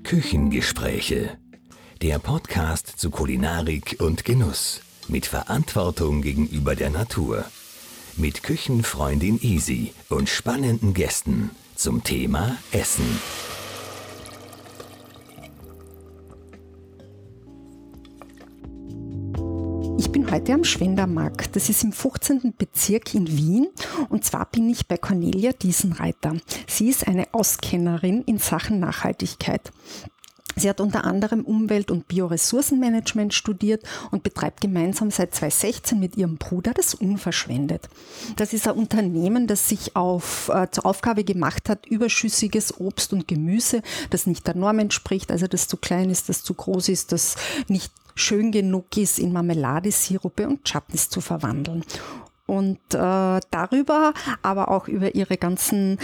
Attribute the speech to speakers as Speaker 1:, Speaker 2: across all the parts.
Speaker 1: Küchengespräche. Der Podcast zu Kulinarik und Genuss. Mit Verantwortung gegenüber der Natur. Mit Küchenfreundin Isi und spannenden Gästen zum Thema Essen.
Speaker 2: Ich bin heute am Schwendermarkt. Das ist im 15. Bezirk in Wien. Und zwar bin ich bei Cornelia Diesenreiter. Sie ist eine Auskennerin in Sachen Nachhaltigkeit. Sie hat unter anderem Umwelt- und Bioressourcenmanagement studiert und betreibt gemeinsam seit 2016 mit ihrem Bruder das Unverschwendet. Das ist ein Unternehmen, das sich zur Aufgabe gemacht hat, überschüssiges Obst und Gemüse, das nicht der Norm entspricht, also das zu klein ist, das zu groß ist, das nicht schön genug ist, in Marmelade, Sirupe und Chutneys zu verwandeln. Und darüber, aber auch über ihre ganzen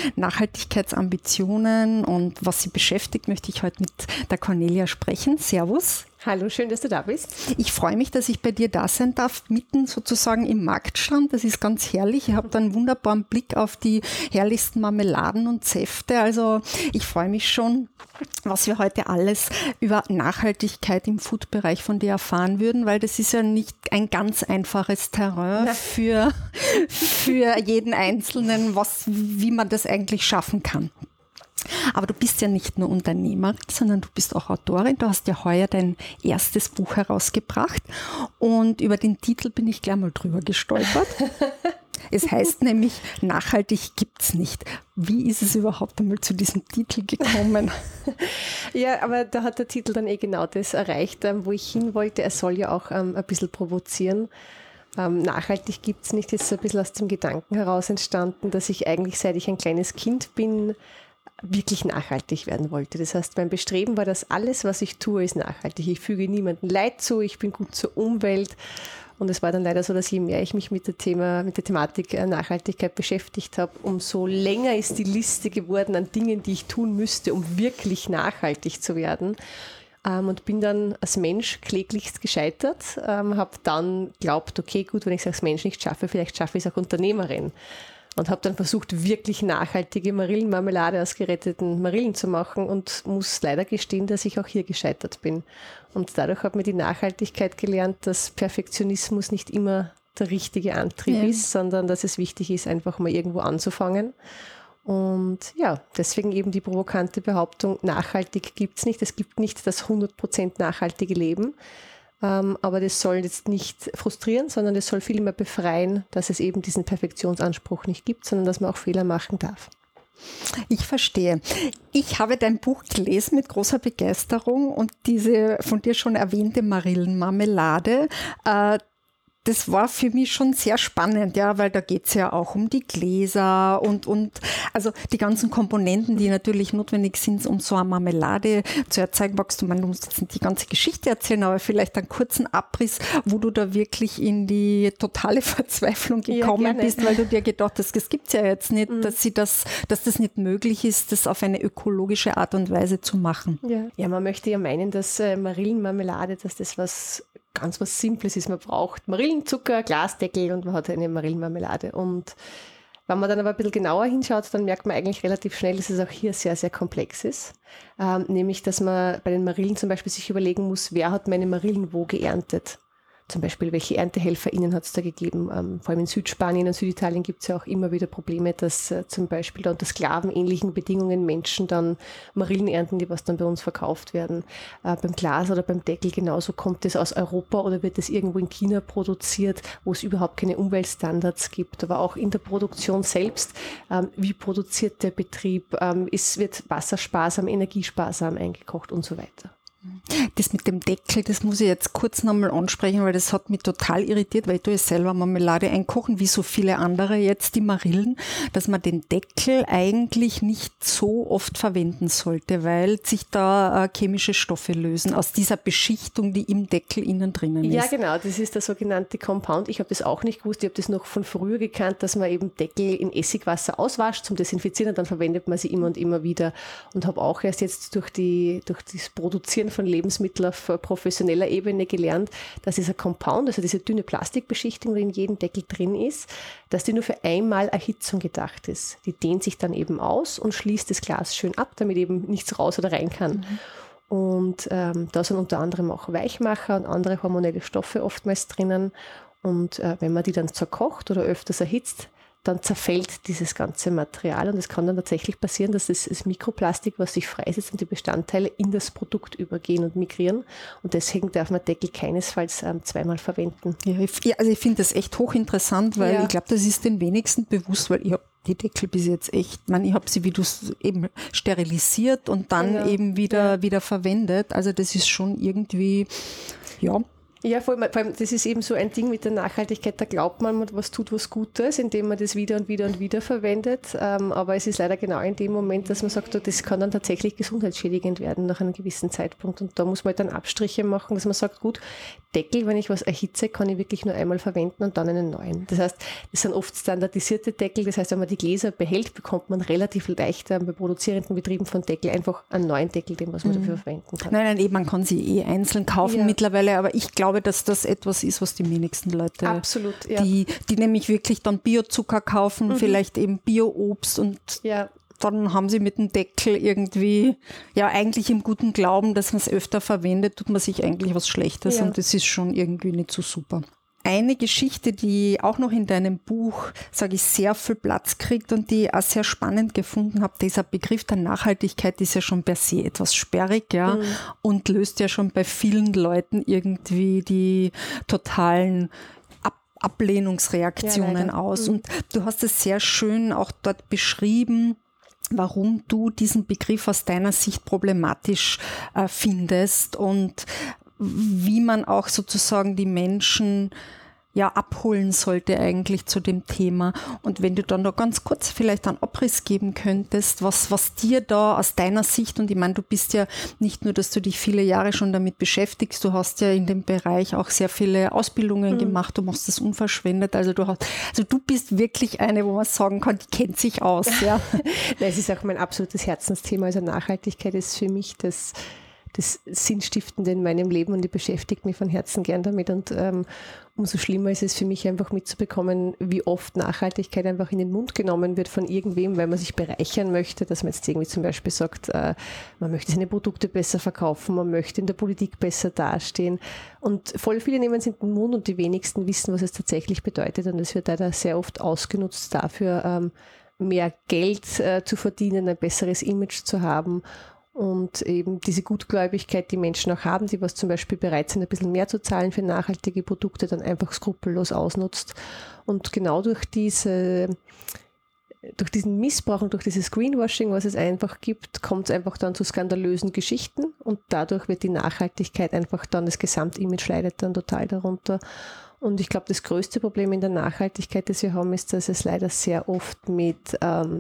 Speaker 2: Nachhaltigkeitsambitionen und was sie beschäftigt, möchte ich heute mit der Cornelia sprechen. Servus.
Speaker 3: Hallo, schön, dass du da bist.
Speaker 2: Ich freue mich, dass ich bei dir da sein darf, mitten sozusagen im Marktstand. Das ist ganz herrlich. Ihr habt einen wunderbaren Blick auf die herrlichsten Marmeladen und Säfte. Also ich freue mich schon, was wir heute alles über Nachhaltigkeit im Food-Bereich von dir erfahren würden, weil das ist ja nicht ein ganz einfaches Terrain für jeden Einzelnen, wie man das eigentlich schaffen kann. Aber du bist ja nicht nur Unternehmerin, sondern du bist auch Autorin. Du hast ja heuer dein erstes Buch herausgebracht und über den Titel bin ich gleich mal drüber gestolpert. Es heißt nämlich, nachhaltig gibt's nicht. Wie ist es überhaupt einmal zu diesem Titel gekommen?
Speaker 3: Ja, aber da hat der Titel dann genau das erreicht, wo ich hin wollte. Er soll ja auch ein bisschen provozieren. Nachhaltig gibt's nicht, ist so ein bisschen aus dem Gedanken heraus entstanden, dass ich eigentlich, seit ich ein kleines Kind bin, wirklich nachhaltig werden wollte. Das heißt, mein Bestreben war, dass alles, was ich tue, ist nachhaltig. Ich füge niemandem Leid zu, ich bin gut zur Umwelt. Und es war dann leider so, dass je mehr ich mich mit der Thematik Nachhaltigkeit beschäftigt habe, umso länger ist die Liste geworden an Dingen, die ich tun müsste, um wirklich nachhaltig zu werden. Und bin dann als Mensch kläglichst gescheitert, habe dann geglaubt, okay, gut, wenn ich es als Mensch nicht schaffe, vielleicht schaffe ich es auch Unternehmerin. Und habe dann versucht, wirklich nachhaltige Marillenmarmelade aus geretteten Marillen zu machen und muss leider gestehen, dass ich auch hier gescheitert bin. Und dadurch hat mir die Nachhaltigkeit gelernt, dass Perfektionismus nicht immer der richtige Antrieb ist, sondern dass es wichtig ist, einfach mal irgendwo anzufangen. Und ja, deswegen eben die provokante Behauptung, nachhaltig gibt's nicht. Es gibt nicht das 100% nachhaltige Leben. Aber das soll jetzt nicht frustrieren, sondern das soll vielmehr befreien, dass es eben diesen Perfektionsanspruch nicht gibt, sondern dass man auch Fehler machen darf.
Speaker 2: Ich verstehe. Ich habe dein Buch gelesen mit großer Begeisterung und diese von dir schon erwähnte Marillenmarmelade, das war für mich schon sehr spannend, ja, weil da geht's ja auch um die Gläser und also die ganzen Komponenten, die natürlich notwendig sind, um so eine Marmelade zu erzeugen. Magst du musst jetzt nicht die ganze Geschichte erzählen, aber vielleicht einen kurzen Abriss, wo du da wirklich in die totale Verzweiflung gekommen bist, weil du dir gedacht hast, das gibt's ja jetzt nicht, dass das nicht möglich ist, das auf eine ökologische Art und Weise zu machen.
Speaker 3: Ja, man möchte ja meinen, dass Marillenmarmelade, dass das was Simples ist. Man braucht Marillenzucker, Glasdeckel und man hat eine Marillenmarmelade. Und wenn man dann aber ein bisschen genauer hinschaut, dann merkt man eigentlich relativ schnell, dass es auch hier sehr, sehr komplex ist. Nämlich, dass man bei den Marillen zum Beispiel sich überlegen muss, wer hat meine Marillen wo geerntet? Zum Beispiel, welche ErntehelferInnen hat es da gegeben? Vor allem in Südspanien und Süditalien gibt es ja auch immer wieder Probleme, dass zum Beispiel da unter sklavenähnlichen Bedingungen Menschen dann Marillen ernten, die was dann bei uns verkauft werden. Beim Glas oder beim Deckel genauso, kommt es aus Europa oder wird es irgendwo in China produziert, wo es überhaupt keine Umweltstandards gibt. Aber auch in der Produktion selbst, wie produziert der Betrieb, wird wassersparsam, energiesparsam eingekocht und so weiter.
Speaker 2: Das mit dem Deckel, das muss ich jetzt kurz nochmal ansprechen, weil das hat mich total irritiert, weil ich tue selber Marmelade einkochen, wie so viele andere jetzt die Marillen, dass man den Deckel eigentlich nicht so oft verwenden sollte, weil sich da chemische Stoffe lösen aus dieser Beschichtung, die im Deckel innen drinnen ist.
Speaker 3: Ja, genau, das ist der sogenannte Compound. Ich habe das auch nicht gewusst, ich habe das noch von früher gekannt, dass man eben Deckel in Essigwasser auswascht zum Desinfizieren und dann verwendet man sie immer und immer wieder und habe auch erst jetzt durch das Produzieren von Lebensmitteln auf professioneller Ebene gelernt, dass dieser Compound, also diese dünne Plastikbeschichtung, die in jedem Deckel drin ist, dass die nur für einmal Erhitzung gedacht ist. Die dehnt sich dann eben aus und schließt das Glas schön ab, damit eben nichts raus oder rein kann. Und da sind unter anderem auch Weichmacher und andere hormonelle Stoffe oftmals drinnen. Und wenn man die dann zerkocht oder öfters erhitzt, dann zerfällt dieses ganze Material und es kann dann tatsächlich passieren, dass das Mikroplastik, was sich freisetzt und die Bestandteile in das Produkt übergehen und migrieren und deswegen darf man Deckel keinesfalls zweimal verwenden.
Speaker 2: Also ich finde das echt hochinteressant, weil ich glaube, das ist den wenigsten bewusst, weil ich habe die Deckel bis jetzt echt, ich habe sie, wie du es eben sterilisiert und dann eben wieder verwendet. Also das ist schon irgendwie,
Speaker 3: Ja, vor allem, das ist eben so ein Ding mit der Nachhaltigkeit, da glaubt man was tut was Gutes, indem man das wieder und wieder und wieder verwendet, aber es ist leider genau in dem Moment, dass man sagt, das kann dann tatsächlich gesundheitsschädigend werden nach einem gewissen Zeitpunkt und da muss man dann Abstriche machen, dass man sagt, gut, Deckel, wenn ich was erhitze, kann ich wirklich nur einmal verwenden und dann einen neuen. Das heißt, das sind oft standardisierte Deckel, das heißt, wenn man die Gläser behält, bekommt man relativ leicht bei produzierenden Betrieben von Deckel einfach einen neuen Deckel, den was man dafür verwenden kann.
Speaker 2: Nein, eben, man kann sie einzeln kaufen mittlerweile, aber ich glaube, dass das etwas ist, was die wenigsten Leute,
Speaker 3: absolut,
Speaker 2: die nämlich wirklich dann Biozucker kaufen, vielleicht eben Bio-Obst und dann haben sie mit dem Deckel irgendwie, eigentlich im guten Glauben, dass man es öfter verwendet, tut man sich eigentlich was Schlechtes und das ist schon irgendwie nicht so super. Eine Geschichte, die auch noch in deinem Buch, sage ich, sehr viel Platz kriegt und die ich auch sehr spannend gefunden habe, dieser Begriff der Nachhaltigkeit ist ja schon per se etwas sperrig, und löst ja schon bei vielen Leuten irgendwie die totalen Ablehnungsreaktionen aus. Und du hast es sehr schön auch dort beschrieben, warum du diesen Begriff aus deiner Sicht problematisch findest und wie man auch sozusagen die Menschen abholen sollte eigentlich zu dem Thema. Und wenn du dann noch ganz kurz vielleicht einen Abriss geben könntest, was dir da aus deiner Sicht, und ich meine, du bist ja nicht nur, dass du dich viele Jahre schon damit beschäftigst, du hast ja in dem Bereich auch sehr viele Ausbildungen gemacht, du machst das unverschwendet, also du bist wirklich eine, wo man sagen kann, die kennt sich aus. Ja.
Speaker 3: Es ist auch mein absolutes Herzensthema, also Nachhaltigkeit ist für mich das Sinnstiftende in meinem Leben und ich beschäftige mich von Herzen gern damit und umso schlimmer ist es für mich einfach mitzubekommen, wie oft Nachhaltigkeit einfach in den Mund genommen wird von irgendwem, weil man sich bereichern möchte, dass man jetzt irgendwie zum Beispiel sagt, man möchte seine Produkte besser verkaufen, man möchte in der Politik besser dastehen und voll viele nehmen es in den Mund und die wenigsten wissen, was es tatsächlich bedeutet und es wird leider sehr oft ausgenutzt dafür, mehr Geld zu verdienen, ein besseres Image zu haben. Und eben diese Gutgläubigkeit, die Menschen auch haben, die was zum Beispiel bereit sind, ein bisschen mehr zu zahlen für nachhaltige Produkte, dann einfach skrupellos ausnutzt. Und genau durch diesen Missbrauch und durch dieses Greenwashing, was es einfach gibt, kommt es einfach dann zu skandalösen Geschichten und dadurch wird die Nachhaltigkeit einfach dann, das Gesamtimage leidet dann total darunter. Und ich glaube, das größte Problem in der Nachhaltigkeit, das wir haben, ist, dass es leider sehr oft mit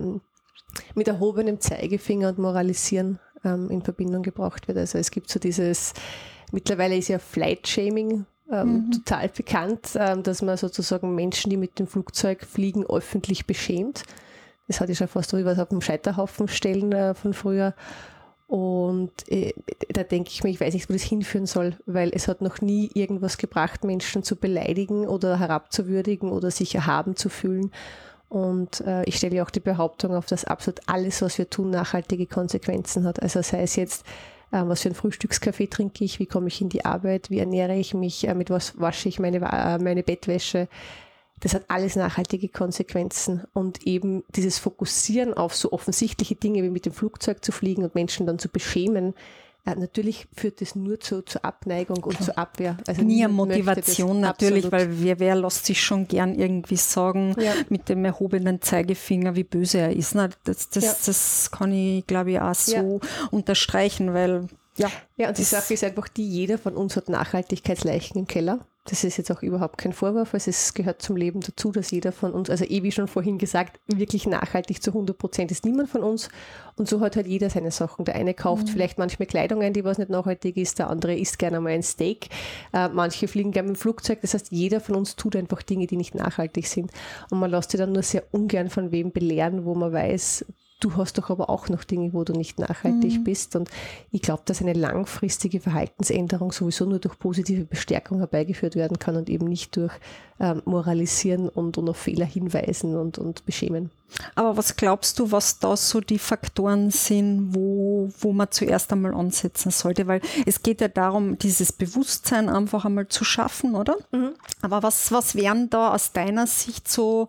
Speaker 3: erhobenem Zeigefinger und Moralisieren in Verbindung gebracht wird. Also es gibt so mittlerweile ist ja Flight-Shaming total bekannt, dass man sozusagen Menschen, die mit dem Flugzeug fliegen, öffentlich beschämt. Das hatte ich schon fast so was auf dem Scheiterhaufen stellen von früher. Und da denke ich mir, ich weiß nicht, wo das hinführen soll, weil es hat noch nie irgendwas gebracht, Menschen zu beleidigen oder herabzuwürdigen oder sich erhaben zu fühlen. Und ich stelle ja auch die Behauptung auf, dass absolut alles, was wir tun, nachhaltige Konsequenzen hat. Also sei es jetzt, was für einen Frühstückskaffee trinke ich, wie komme ich in die Arbeit, wie ernähre ich mich, mit was wasche ich meine Bettwäsche. Das hat alles nachhaltige Konsequenzen. Und eben dieses Fokussieren auf so offensichtliche Dinge wie mit dem Flugzeug zu fliegen und Menschen dann zu beschämen, natürlich führt das nur zur Abneigung und zur Abwehr. Also
Speaker 2: nie eine Motivation natürlich, absolut. Weil wer lässt sich schon gern irgendwie sagen, mit dem erhobenen Zeigefinger, wie böse er ist. Das kann ich, glaube ich, auch so unterstreichen, weil
Speaker 3: und die Sache ist einfach jeder von uns hat Nachhaltigkeitsleichen im Keller. Das ist jetzt auch überhaupt kein Vorwurf, also es gehört zum Leben dazu, dass jeder von uns, also wie schon vorhin gesagt, wirklich nachhaltig zu 100% ist niemand von uns und so hat halt jeder seine Sachen. Der eine kauft vielleicht manchmal Kleidung ein, die was nicht nachhaltig ist, der andere isst gerne mal ein Steak, manche fliegen gerne mit dem Flugzeug, das heißt, jeder von uns tut einfach Dinge, die nicht nachhaltig sind und man lässt sich dann nur sehr ungern von wem belehren, wo man weiß, du hast doch aber auch noch Dinge, wo du nicht nachhaltig bist. Und ich glaube, dass eine langfristige Verhaltensänderung sowieso nur durch positive Bestärkung herbeigeführt werden kann und eben nicht durch Moralisieren und auf Fehler hinweisen und beschämen.
Speaker 2: Aber was glaubst du, was da so die Faktoren sind, wo man zuerst einmal ansetzen sollte? Weil es geht ja darum, dieses Bewusstsein einfach einmal zu schaffen, oder? Aber was wären da aus deiner Sicht so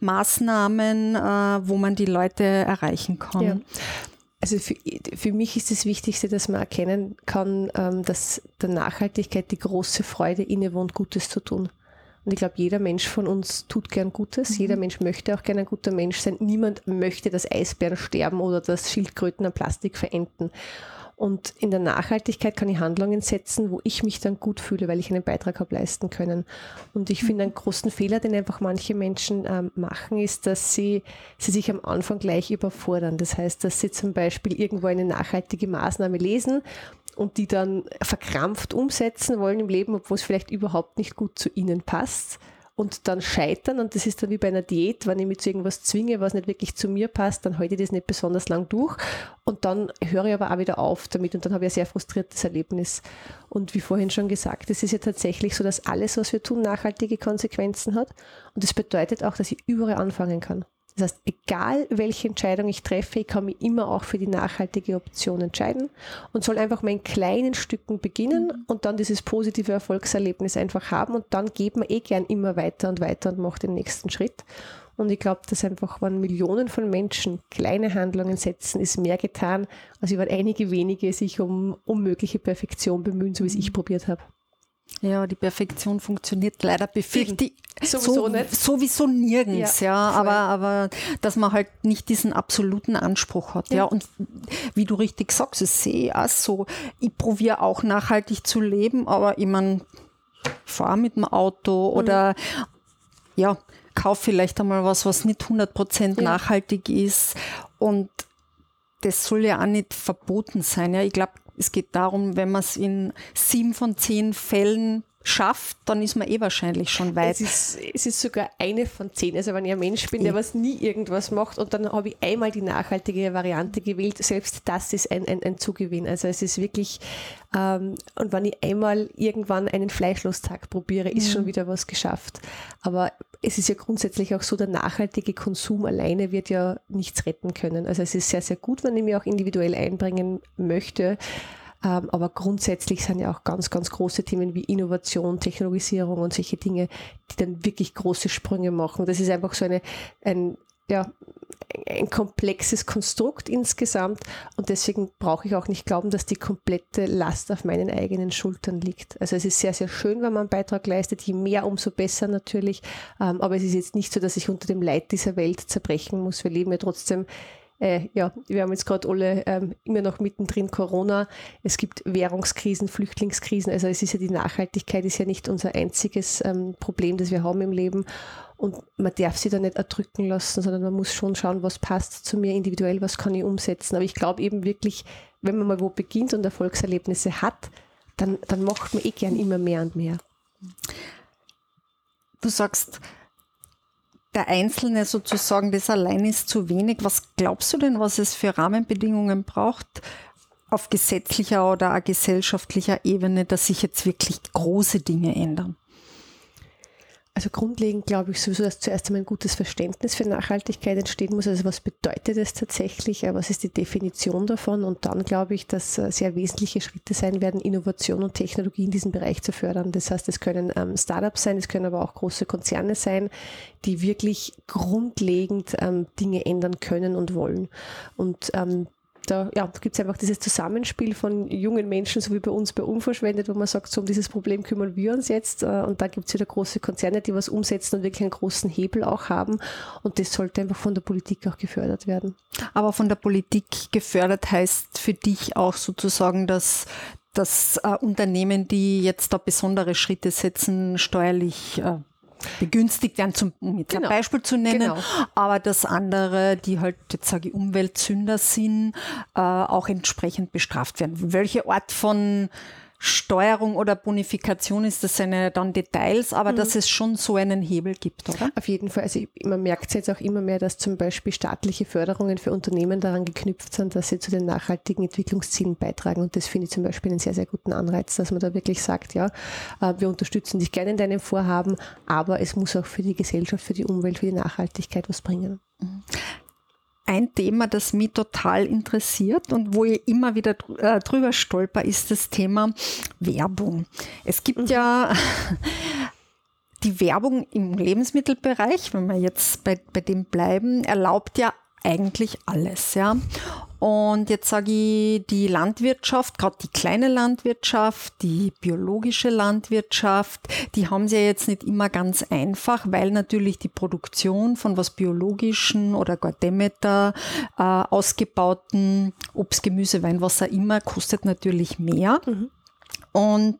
Speaker 2: Maßnahmen, wo man die Leute erreichen kann?
Speaker 3: Ja. Also für mich ist das Wichtigste, dass man erkennen kann, dass der Nachhaltigkeit die große Freude innewohnt, Gutes zu tun. Und ich glaube, jeder Mensch von uns tut gern Gutes. Jeder Mensch möchte auch gerne ein guter Mensch sein. Niemand möchte, dass Eisbären sterben oder dass Schildkröten an Plastik verenden. Und in der Nachhaltigkeit kann ich Handlungen setzen, wo ich mich dann gut fühle, weil ich einen Beitrag habe leisten können. Und ich finde, einen großen Fehler, den einfach manche Menschen machen, ist, dass sie sich am Anfang gleich überfordern. Das heißt, dass sie zum Beispiel irgendwo eine nachhaltige Maßnahme lesen und die dann verkrampft umsetzen wollen im Leben, obwohl es vielleicht überhaupt nicht gut zu ihnen passt und dann scheitern. Und das ist dann wie bei einer Diät, wenn ich mich zu irgendwas zwinge, was nicht wirklich zu mir passt, dann halte ich das nicht besonders lang durch und dann höre ich aber auch wieder auf damit und dann habe ich ein sehr frustriertes Erlebnis. Und wie vorhin schon gesagt, es ist ja tatsächlich so, dass alles, was wir tun, nachhaltige Konsequenzen hat und das bedeutet auch, dass ich überall anfangen kann. Das heißt, egal welche Entscheidung ich treffe, ich kann mich immer auch für die nachhaltige Option entscheiden und soll einfach mal in kleinen Stücken beginnen und dann dieses positive Erfolgserlebnis einfach haben und dann geht man gern immer weiter und weiter und macht den nächsten Schritt. Und ich glaube, dass einfach, wenn Millionen von Menschen kleine Handlungen setzen, ist mehr getan, als wenn einige wenige sich um unmögliche Perfektion bemühen, so wie es ich probiert habe.
Speaker 2: Ja, die Perfektion funktioniert leider befürchte
Speaker 3: sowieso nicht.
Speaker 2: Sowieso nirgends, ja, aber dass man halt nicht diesen absoluten Anspruch hat, ja. Und wie du richtig sagst, das sehe ich auch so. Ich probiere auch nachhaltig zu leben, aber ich meine, ich fahre mit dem Auto oder ja, kaufe vielleicht einmal was nicht 100% nachhaltig ist und das soll ja auch nicht verboten sein, ja. Ich glaube, es geht darum, wenn man es in 7 von 10 Fällen schafft, dann ist man wahrscheinlich schon weit.
Speaker 3: Es ist sogar eine von 10. Also wenn ich ein Mensch bin, der was nie irgendwas macht und dann habe ich einmal die nachhaltige Variante gewählt, selbst das ist ein Zugewinn. Also es ist wirklich, und wenn ich einmal irgendwann einen Fleischlostag probiere, ist schon wieder was geschafft. Aber es ist ja grundsätzlich auch so, der nachhaltige Konsum alleine wird ja nichts retten können. Also es ist sehr, sehr gut, wenn ich mich auch individuell einbringen möchte. Aber grundsätzlich sind ja auch ganz, ganz große Themen wie Innovation, Technologisierung und solche Dinge, die dann wirklich große Sprünge machen. Das ist einfach so ein komplexes Konstrukt insgesamt und deswegen brauche ich auch nicht glauben, dass die komplette Last auf meinen eigenen Schultern liegt. Also es ist sehr, sehr schön, wenn man einen Beitrag leistet, je mehr, umso besser natürlich, aber es ist jetzt nicht so, dass ich unter dem Leid dieser Welt zerbrechen muss. Wir leben ja trotzdem wir haben jetzt gerade alle immer noch mittendrin Corona. Es gibt Währungskrisen, Flüchtlingskrisen. Also es ist ja die Nachhaltigkeit ist ja nicht unser einziges Problem, das wir haben im Leben. Und man darf sie da nicht erdrücken lassen, sondern man muss schon schauen, was passt zu mir individuell, was kann ich umsetzen. Aber ich glaube eben wirklich, wenn man mal wo beginnt und Erfolgserlebnisse hat, dann macht man gern immer mehr und mehr.
Speaker 2: Du sagst, der Einzelne sozusagen, das allein ist zu wenig. Was glaubst du denn, was es für Rahmenbedingungen braucht auf gesetzlicher oder auch gesellschaftlicher Ebene, dass sich jetzt wirklich große Dinge ändern?
Speaker 3: Also grundlegend glaube ich sowieso, dass zuerst einmal ein gutes Verständnis für Nachhaltigkeit entstehen muss. Also was bedeutet es tatsächlich? Was ist die Definition davon? Und dann glaube ich, dass sehr wesentliche Schritte sein werden, Innovation und Technologie in diesem Bereich zu fördern. Das heißt, es können Startups sein, es können aber auch große Konzerne sein, die wirklich grundlegend Dinge ändern können und wollen. Und da gibt es einfach dieses Zusammenspiel von jungen Menschen, so wie bei uns bei Unverschwendet, wo man sagt, so um dieses Problem kümmern wir uns jetzt. Und da gibt es wieder große Konzerne, die was umsetzen und wirklich einen großen Hebel auch haben. Und das sollte einfach von der Politik auch gefördert werden.
Speaker 2: Aber von der Politik gefördert heißt für dich auch sozusagen, dass Unternehmen, die jetzt da besondere Schritte setzen, steuerlich begünstigt werden, um jetzt ein Beispiel zu nennen, aber dass andere, die halt, jetzt sage ich, Umweltsünder sind, auch entsprechend bestraft werden. Welche Art von Steuerung oder Bonifikation ist, das sind ja dann Details, aber dass es schon so einen Hebel gibt, oder?
Speaker 3: Auf jeden Fall. Also man merkt es jetzt auch immer mehr, dass zum Beispiel staatliche Förderungen für Unternehmen daran geknüpft sind, dass sie zu den nachhaltigen Entwicklungszielen beitragen. Und das finde ich zum Beispiel einen sehr, sehr guten Anreiz, dass man da wirklich sagt, ja, wir unterstützen dich gerne in deinem Vorhaben, aber es muss auch für die Gesellschaft, für die Umwelt, für die Nachhaltigkeit was bringen.
Speaker 2: Ein Thema, das mich total interessiert und wo ich immer wieder drüber stolper, ist das Thema Werbung. Es gibt ja die Werbung im Lebensmittelbereich, wenn wir jetzt bei dem bleiben, erlaubt ja eigentlich alles, ja. Und jetzt sage ich, die Landwirtschaft, gerade die kleine Landwirtschaft, die biologische Landwirtschaft, die haben es ja jetzt nicht immer ganz einfach, weil natürlich die Produktion von was Biologischen oder gar Demeter ausgebauten Obst, Gemüse, Wein, was auch immer, kostet natürlich mehr. Und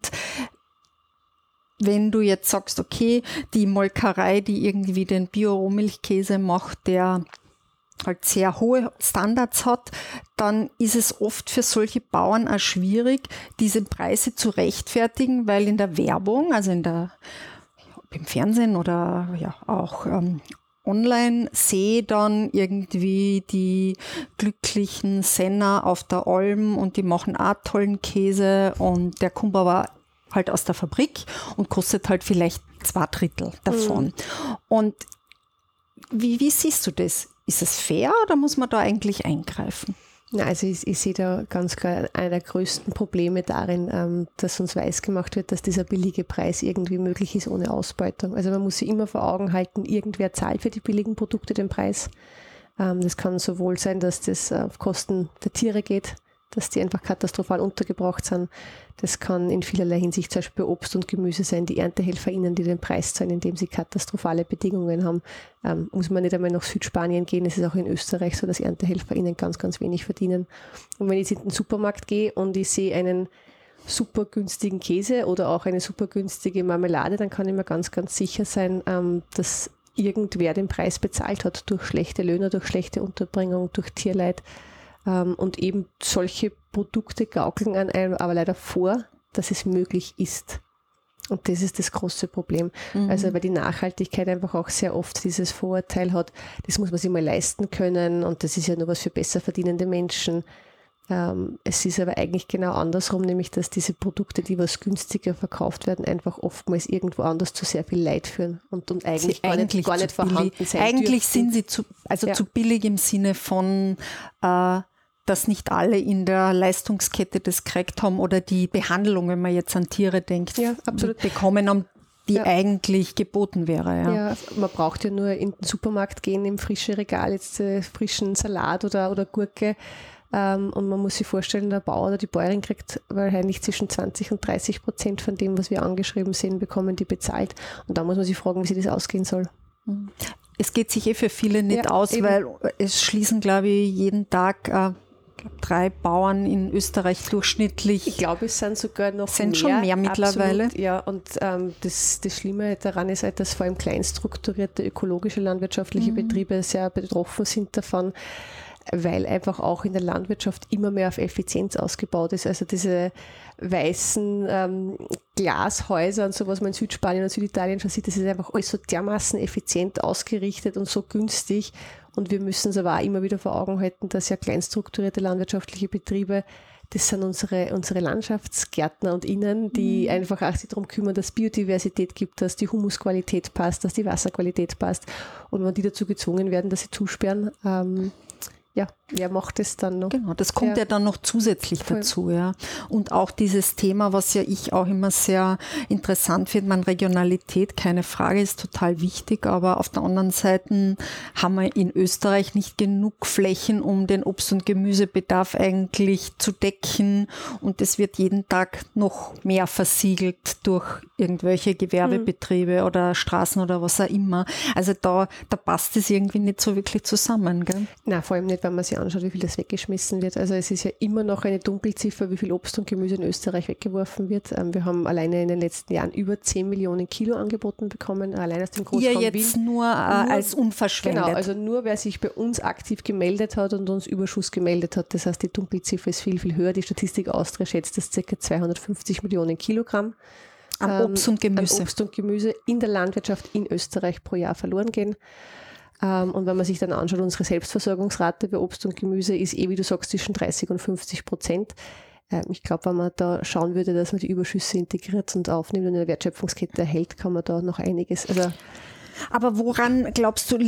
Speaker 2: wenn du jetzt sagst, okay, die Molkerei, die irgendwie den Bio-Rohmilchkäse macht, der halt sehr hohe Standards hat, dann ist es oft für solche Bauern auch schwierig, diese Preise zu rechtfertigen, weil in der Werbung, also im Fernsehen oder ja auch online, sehe dann irgendwie die glücklichen Senner auf der Alm und die machen auch tollen Käse und der kommt aber halt aus der Fabrik und kostet halt vielleicht 2/3 davon. Und wie siehst du das? Ist es fair oder muss man da eigentlich eingreifen?
Speaker 3: Na, also ich sehe da ganz klar einer der größten Probleme darin, dass uns weisgemacht wird, dass dieser billige Preis irgendwie möglich ist ohne Ausbeutung. Also man muss sich immer vor Augen halten, irgendwer zahlt für die billigen Produkte den Preis. Das kann sowohl sein, dass das auf Kosten der Tiere geht, dass die einfach katastrophal untergebracht sind. Das kann in vielerlei Hinsicht zum Beispiel Obst und Gemüse sein, die ErntehelferInnen, die den Preis zahlen, indem sie katastrophale Bedingungen haben. Muss man nicht einmal nach Südspanien gehen, es ist auch in Österreich so, dass ErntehelferInnen ganz, ganz wenig verdienen. Und wenn ich jetzt in den Supermarkt gehe und ich sehe einen super günstigen Käse oder auch eine super günstige Marmelade, dann kann ich mir ganz, ganz sicher sein, dass irgendwer den Preis bezahlt hat durch schlechte Löhne, durch schlechte Unterbringung, durch Tierleid. Und eben solche Produkte gaukeln an einem aber leider vor, dass es möglich ist. Und das ist das große Problem. Also weil die Nachhaltigkeit einfach auch sehr oft dieses Vorurteil hat, das muss man sich mal leisten können und das ist ja nur was für besser verdienende Menschen. Es ist aber eigentlich genau andersrum, nämlich dass diese Produkte, die was günstiger verkauft werden, einfach oftmals irgendwo anders zu sehr viel Leid führen und eigentlich gar nicht vorhanden sein
Speaker 2: Eigentlich
Speaker 3: dürfen.
Speaker 2: sind sie zu billig im Sinne von dass nicht alle in der Leistungskette das gekriegt haben oder die Behandlung, wenn man jetzt an Tiere denkt, bekommen haben, die eigentlich geboten wäre.
Speaker 3: Ja, man braucht ja nur in den Supermarkt gehen, im frischen Regal, jetzt frischen Salat oder Gurke. Und man muss sich vorstellen, der Bauer oder die Bäuerin kriegt wahrscheinlich zwischen 20% und 30% von dem, was wir angeschrieben sehen, bekommen die bezahlt. Und da muss man sich fragen, wie sich das ausgehen soll.
Speaker 2: Es geht sich für viele nicht aus, eben. Weil es schließen, glaube ich, jeden Tag 3 Bauern in Österreich durchschnittlich.
Speaker 3: Ich glaube, es sind sogar noch
Speaker 2: schon mehr mittlerweile.
Speaker 3: Absolut, ja, und das Schlimme daran ist halt, dass vor allem kleinstrukturierte ökologische landwirtschaftliche Betriebe sehr betroffen sind davon, weil einfach auch in der Landwirtschaft immer mehr auf Effizienz ausgebaut ist. Also diese weißen Glashäuser und so, was man in Südspanien und Süditalien schon sieht, das ist einfach alles so dermaßen effizient ausgerichtet und so günstig. Und wir müssen es aber auch immer wieder vor Augen halten, dass ja kleinstrukturierte landwirtschaftliche Betriebe, das sind unsere Landschaftsgärtner und Innen, die einfach auch sich darum kümmern, dass Biodiversität gibt, dass die Humusqualität passt, dass die Wasserqualität passt. Und wenn die dazu gezwungen werden, dass sie zusperren, wer macht das dann noch?
Speaker 2: Genau, das kommt ja dann noch zusätzlich dazu. Ja. Und auch dieses Thema, was ja ich auch immer sehr interessant finde, Regionalität, keine Frage, ist total wichtig, aber auf der anderen Seite haben wir in Österreich nicht genug Flächen, um den Obst- und Gemüsebedarf eigentlich zu decken und es wird jeden Tag noch mehr versiegelt durch irgendwelche Gewerbebetriebe oder Straßen oder was auch immer. Also da passt es irgendwie nicht so wirklich zusammen. Gell?
Speaker 3: Nein, vor allem nicht, wenn man sich anschaut, wie viel das weggeschmissen wird. Also es ist ja immer noch eine Dunkelziffer, wie viel Obst und Gemüse in Österreich weggeworfen wird. Wir haben alleine in den letzten Jahren über 10 Millionen Kilo angeboten bekommen, allein aus dem Großraum
Speaker 2: Ihr jetzt
Speaker 3: Wien.
Speaker 2: nur als unverschwendet.
Speaker 3: Genau, also nur wer sich bei uns aktiv gemeldet hat und uns Überschuss gemeldet hat. Das heißt, die Dunkelziffer ist viel, viel höher. Die Statistik Austria schätzt, dass ca. 250 Millionen Kilogramm
Speaker 2: an Obst und Gemüse.
Speaker 3: An Obst und Gemüse in der Landwirtschaft in Österreich pro Jahr verloren gehen. Und wenn man sich dann anschaut, unsere Selbstversorgungsrate bei Obst und Gemüse ist wie du sagst, zwischen 30% und 50%. Ich glaube, wenn man da schauen würde, dass man die Überschüsse integriert und aufnimmt und in der Wertschöpfungskette erhält, kann man da noch einiges.
Speaker 2: Aber woran glaubst du,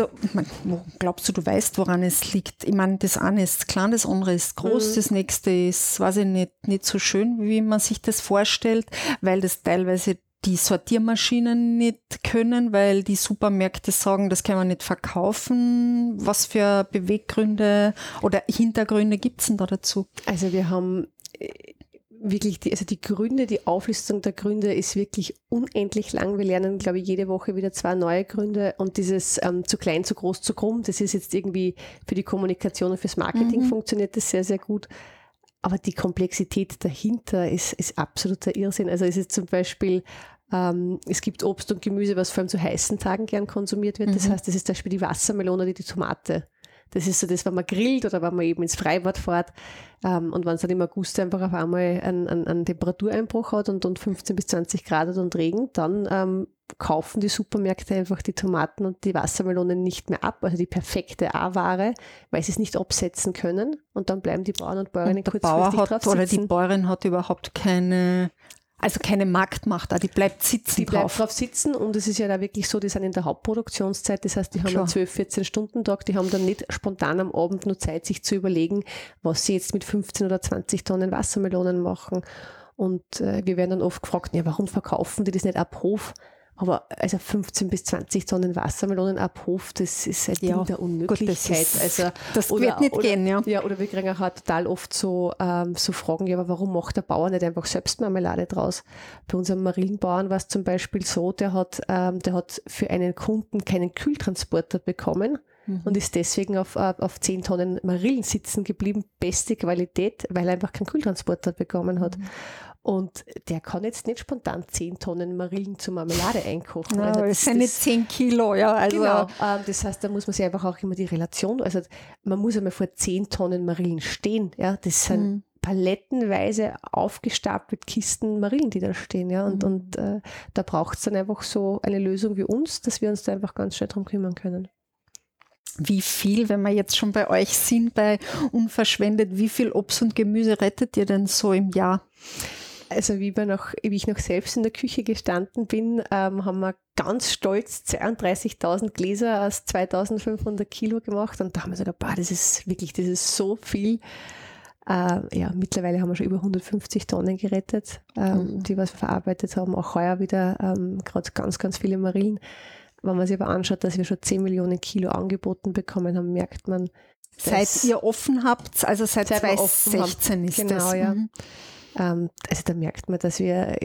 Speaker 2: du weißt, woran es liegt? Ich meine, das eine ist klein, das andere ist groß, das nächste ist, weiß ich nicht so schön, wie man sich das vorstellt, weil das teilweise die Sortiermaschinen nicht können, weil die Supermärkte sagen, das kann man nicht verkaufen. Was für Beweggründe oder Hintergründe gibt es denn da dazu?
Speaker 3: Also wir haben wirklich die Gründe, die Auflistung der Gründe ist wirklich unendlich lang. Wir lernen, glaube ich, jede Woche wieder 2 neue Gründe und dieses zu klein, zu groß, zu krumm, das ist jetzt irgendwie für die Kommunikation und fürs Marketing funktioniert das sehr, sehr gut. Aber die Komplexität dahinter ist absoluter Irrsinn. Also es ist zum Beispiel, es gibt Obst und Gemüse, was vor allem zu heißen Tagen gern konsumiert wird. Das heißt, das ist zum Beispiel die Wassermelone oder die Tomate. Das ist so das, wenn man grillt oder wenn man eben ins Freibad fährt und wenn es dann im August einfach auf einmal einen Temperatureinbruch hat und 15 bis 20 Grad hat und Regen, dann kaufen die Supermärkte einfach die Tomaten und die Wassermelonen nicht mehr ab, also die perfekte A-Ware, weil sie es nicht absetzen können und dann bleiben die Bauern und Bäuerinnen kurzfristig drauf sitzen.
Speaker 2: Oder die Bäuerin hat überhaupt keine Marktmacht, die bleibt sitzen.
Speaker 3: Die bleibt drauf sitzen und es ist ja da wirklich so, die sind in der Hauptproduktionszeit, das heißt, die haben einen 12-14-Stunden-Tag, die haben dann nicht spontan am Abend nur Zeit, sich zu überlegen, was sie jetzt mit 15 oder 20 Tonnen Wassermelonen machen. Und wir werden dann oft gefragt, ja, warum verkaufen die das nicht ab Hof? Aber also 15 bis 20 Tonnen Wassermelonen ab Hof, das ist ein Ding der Unmöglichkeit.
Speaker 2: Das wird nicht gehen, ja.
Speaker 3: Ja, oder wir kriegen auch total oft so Fragen, ja, aber warum macht der Bauer nicht einfach selbst Marmelade draus? Bei unserem Marillenbauern war es zum Beispiel so, der hat für einen Kunden keinen Kühltransporter bekommen und ist deswegen auf 10 Tonnen Marillen sitzen geblieben. Beste Qualität, weil er einfach keinen Kühltransporter bekommen hat. Und der kann jetzt nicht spontan 10 Tonnen Marillen zur Marmelade einkochen.
Speaker 2: Ja, das sind nicht 10 Kilo, ja. Also
Speaker 3: genau, das heißt, da muss man sich einfach auch immer die Relation, also man muss einmal vor 10 Tonnen Marillen stehen. Ja, das sind palettenweise aufgestapelt Kisten Marillen, die da stehen. Ja, und da braucht es dann einfach so eine Lösung wie uns, dass wir uns da einfach ganz schnell drum kümmern können.
Speaker 2: Wie viel, wenn wir jetzt schon bei euch sind, bei Unverschwendet, wie viel Obst und Gemüse rettet ihr denn so im Jahr?
Speaker 3: Also wie ich noch selbst in der Küche gestanden bin, haben wir ganz stolz 32.000 Gläser aus 2.500 Kilo gemacht und da haben wir gesagt, das ist so viel. Mittlerweile haben wir schon über 150 Tonnen gerettet, die wir verarbeitet haben, auch heuer wieder gerade ganz, ganz viele Marillen. Wenn man sich aber anschaut, dass wir schon 10 Millionen Kilo angeboten bekommen haben, merkt man.
Speaker 2: Seit ihr offen habt, also seit 2016 ist
Speaker 3: genau,
Speaker 2: das.
Speaker 3: Ja. Also da merkt man, dass wir,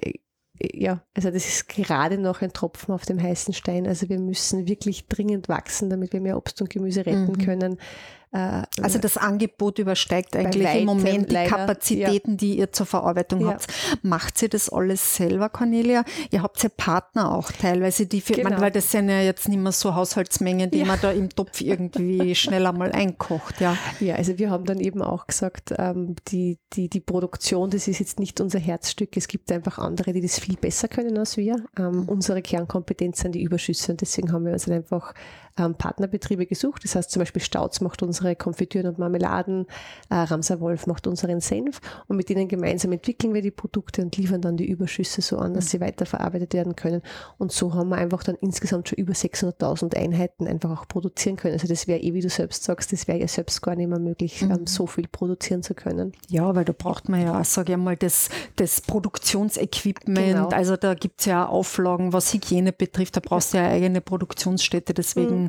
Speaker 3: also das ist gerade noch ein Tropfen auf dem heißen Stein. Also wir müssen wirklich dringend wachsen, damit wir mehr Obst und Gemüse retten können.
Speaker 2: Also das Angebot übersteigt eigentlich
Speaker 3: weitem
Speaker 2: im Moment die
Speaker 3: leider,
Speaker 2: Kapazitäten, die ihr zur Verarbeitung habt. Macht ihr das alles selber, Cornelia? Ihr habt ja Partner auch teilweise, die weil das sind ja jetzt nicht mehr so Haushaltsmengen, die man da im Topf irgendwie schnell einmal einkocht. Ja,
Speaker 3: also wir haben dann eben auch gesagt, die Produktion, das ist jetzt nicht unser Herzstück. Es gibt einfach andere, die das viel besser können als wir. Unsere Kernkompetenz sind die Überschüsse und deswegen haben wir uns dann einfach Partnerbetriebe gesucht. Das heißt zum Beispiel Stauz macht unsere Konfitüren und Marmeladen, Ramsar Wolf macht unseren Senf und mit denen gemeinsam entwickeln wir die Produkte und liefern dann die Überschüsse so an, dass sie weiterverarbeitet werden können. Und so haben wir einfach dann insgesamt schon über 600.000 Einheiten einfach auch produzieren können. Also das wäre wie du selbst sagst, das wäre ja selbst gar nicht mehr möglich, so viel produzieren zu können.
Speaker 2: Ja, weil da braucht man ja, sage ich mal, das Produktionsequipment. Genau. Also da gibt es ja Auflagen, was Hygiene betrifft. Da brauchst du ja eine eigene Produktionsstätte. Deswegen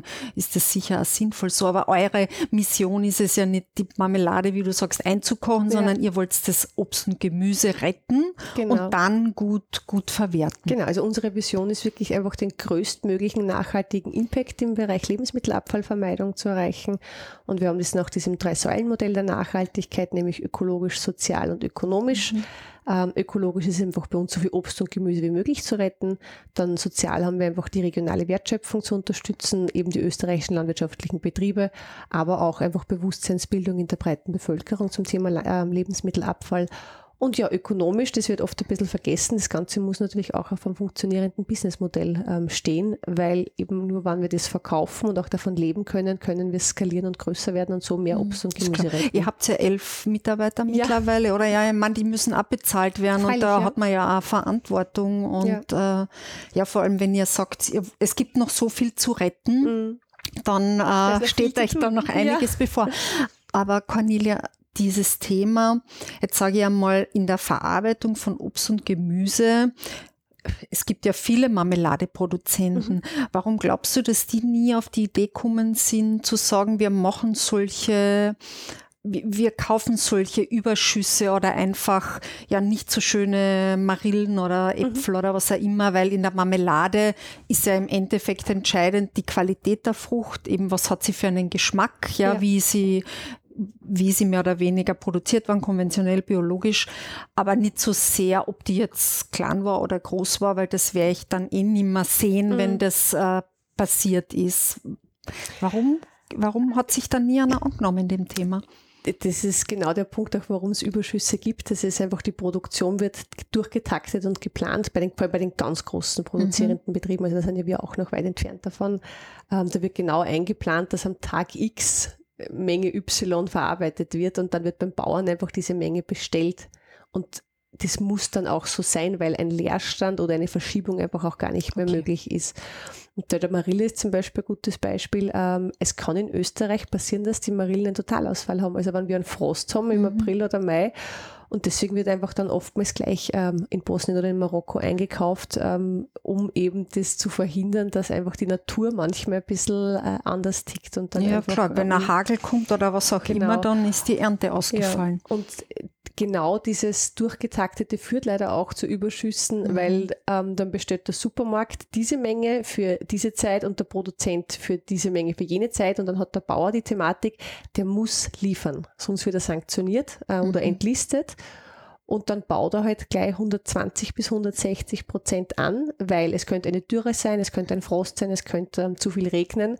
Speaker 2: sagen, ist das sicher auch sinnvoll so. Aber eure Mission ist es ja nicht, die Marmelade, wie du sagst, einzukochen, sondern ihr wollt das Obst und Gemüse retten und dann gut verwerten.
Speaker 3: Genau, also unsere Vision ist wirklich einfach den größtmöglichen nachhaltigen Impact im Bereich Lebensmittelabfallvermeidung zu erreichen. Und wir haben das nach diesem 3-Säulen-Modell der Nachhaltigkeit, nämlich ökologisch, sozial und ökonomisch. Ökologisch ist einfach bei uns so viel Obst und Gemüse wie möglich zu retten. Dann sozial haben wir einfach die regionale Wertschöpfung zu unterstützen, eben die österreichischen landwirtschaftlichen Betriebe, aber auch einfach Bewusstseinsbildung in der breiten Bevölkerung zum Thema Lebensmittelabfall. Und ja, ökonomisch, das wird oft ein bisschen vergessen, das Ganze muss natürlich auch auf einem funktionierenden Businessmodell stehen, weil eben nur, wenn wir das verkaufen und auch davon leben können, können wir skalieren und größer werden und so mehr Obst und Gemüse retten.
Speaker 2: Ihr habt ja 11 Mitarbeiter mittlerweile, oder? Ja, ich meine, die müssen abbezahlt werden. Freilich, und da hat man ja auch Verantwortung und vor allem, wenn ihr sagt, es gibt noch so viel zu retten, dann steht euch da noch einiges bevor. Aber Cornelia, dieses Thema, jetzt sage ich einmal, in der Verarbeitung von Obst und Gemüse, es gibt ja viele Marmeladeproduzenten. Warum glaubst du, dass die nie auf die Idee kommen sind, zu sagen, wir kaufen solche Überschüsse oder einfach nicht so schöne Marillen oder Äpfel oder was auch immer, weil in der Marmelade ist ja im Endeffekt entscheidend die Qualität der Frucht, eben was hat sie für einen Geschmack, wie sie mehr oder weniger produziert waren, konventionell, biologisch, aber nicht so sehr, ob die jetzt klein war oder groß war, weil das werde ich dann nicht mehr sehen, wenn das passiert ist. Warum hat sich dann nie einer angenommen in dem Thema?
Speaker 3: Das ist genau der Punkt, auch warum es Überschüsse gibt. Das ist einfach, die Produktion wird durchgetaktet und geplant, vor allem bei den ganz großen produzierenden Betrieben. Also da sind ja wir auch noch weit entfernt davon. Da wird genau eingeplant, dass am Tag X Menge Y verarbeitet wird und dann wird beim Bauern einfach diese Menge bestellt. Und das muss dann auch so sein, weil ein Leerstand oder eine Verschiebung einfach auch gar nicht mehr möglich ist. Und der Marille ist zum Beispiel ein gutes Beispiel. Es kann in Österreich passieren, dass die Marillen einen Totalausfall haben. Also wenn wir einen Frost haben im April oder Mai, und deswegen wird einfach dann oftmals gleich in Bosnien oder in Marokko eingekauft, um eben das zu verhindern, dass einfach die Natur manchmal ein bisschen anders tickt. Und dann einfach,
Speaker 2: klar, wenn ein Hagel kommt oder was auch immer, dann ist die Ernte ausgefallen.
Speaker 3: Ja, und genau dieses Durchgetaktete führt leider auch zu Überschüssen, weil dann bestellt der Supermarkt diese Menge für diese Zeit und der Produzent für diese Menge für jene Zeit, und dann hat der Bauer die Thematik, der muss liefern, sonst wird er sanktioniert oder entlistet. Und dann baut er halt gleich 120 bis 160% an, weil es könnte eine Dürre sein, es könnte ein Frost sein, es könnte zu viel regnen.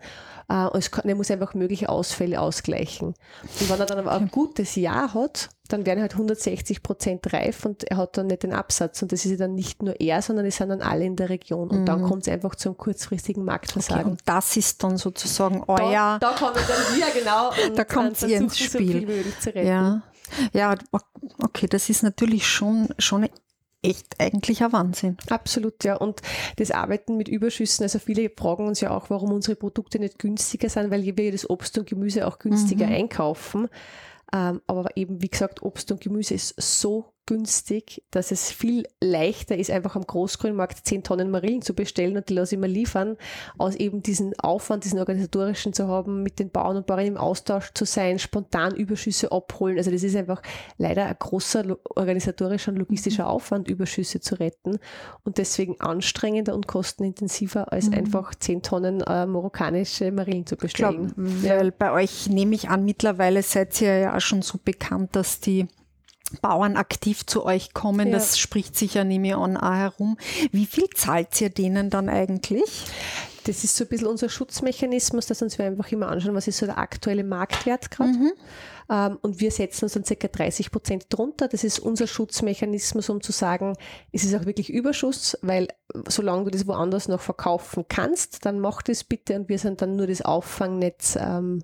Speaker 3: Er muss einfach mögliche Ausfälle ausgleichen. Und wenn er dann aber ein gutes Jahr hat, dann werden halt 160% reif und er hat dann nicht den Absatz. Und das ist ja dann nicht nur er, sondern es sind dann alle in der Region. Und dann kommt es einfach zum kurzfristigen Marktversagen.
Speaker 2: Okay, und das ist dann sozusagen euer...
Speaker 3: Da kommen dann wir, genau. Und
Speaker 2: da kommt ihr ins Spiel.
Speaker 3: So viel wie möglich zu retten.
Speaker 2: Ja, okay, das ist natürlich schon echt eigentlich ein Wahnsinn.
Speaker 3: Absolut, ja. Und das Arbeiten mit Überschüssen, also viele fragen uns ja auch, warum unsere Produkte nicht günstiger sind, weil wir das Obst und Gemüse auch günstiger einkaufen. Aber eben, wie gesagt, Obst und Gemüse ist so günstig, dass es viel leichter ist, einfach am Großgrünmarkt 10 Tonnen Marillen zu bestellen und die lasse ich mir liefern, als eben diesen Aufwand, diesen organisatorischen zu haben, mit den Bauern und Bauern im Austausch zu sein, spontan Überschüsse abholen. Also das ist einfach leider ein großer organisatorischer und logistischer Aufwand, Überschüsse zu retten, und deswegen anstrengender und kostenintensiver, als einfach 10 Tonnen marokkanische Marillen zu bestellen.
Speaker 2: Weil bei euch, nehme ich an, mittlerweile seid ihr ja auch schon so bekannt, dass die Bauern aktiv zu euch kommen, das spricht sich ja, nehme ich an, auch herum. Wie viel zahlt ihr denen dann eigentlich?
Speaker 3: Das ist so ein bisschen unser Schutzmechanismus, dass uns wir einfach immer anschauen, was ist so der aktuelle Marktwert gerade. Und wir setzen uns dann ca. 30% drunter. Das ist unser Schutzmechanismus, um zu sagen, es ist auch wirklich Überschuss, weil solange du das woanders noch verkaufen kannst, dann mach das bitte, und wir sind dann nur das Auffangnetz.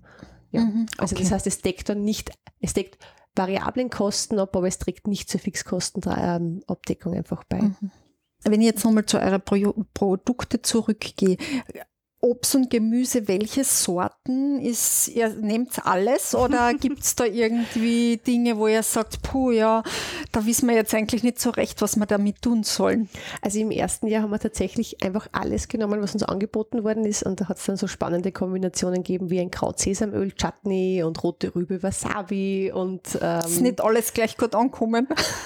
Speaker 3: Also das heißt, es deckt variablen Kosten ab, aber es trägt nicht zur Fixkostenabdeckung einfach bei.
Speaker 2: Wenn ich jetzt nochmal zu euren Produkte zurückgehe, Obst und Gemüse, welche Sorten ihr nehmt alles oder gibt es da irgendwie Dinge, wo ihr sagt, puh, ja, da wissen wir jetzt eigentlich nicht so recht, was wir damit tun sollen?
Speaker 3: Also im ersten Jahr haben wir tatsächlich einfach alles genommen, was uns angeboten worden ist, und da hat es dann so spannende Kombinationen gegeben wie ein Kraut-Sesamöl, Chutney und rote Rübe, Wasabi und
Speaker 2: ist nicht alles gleich gut angekommen.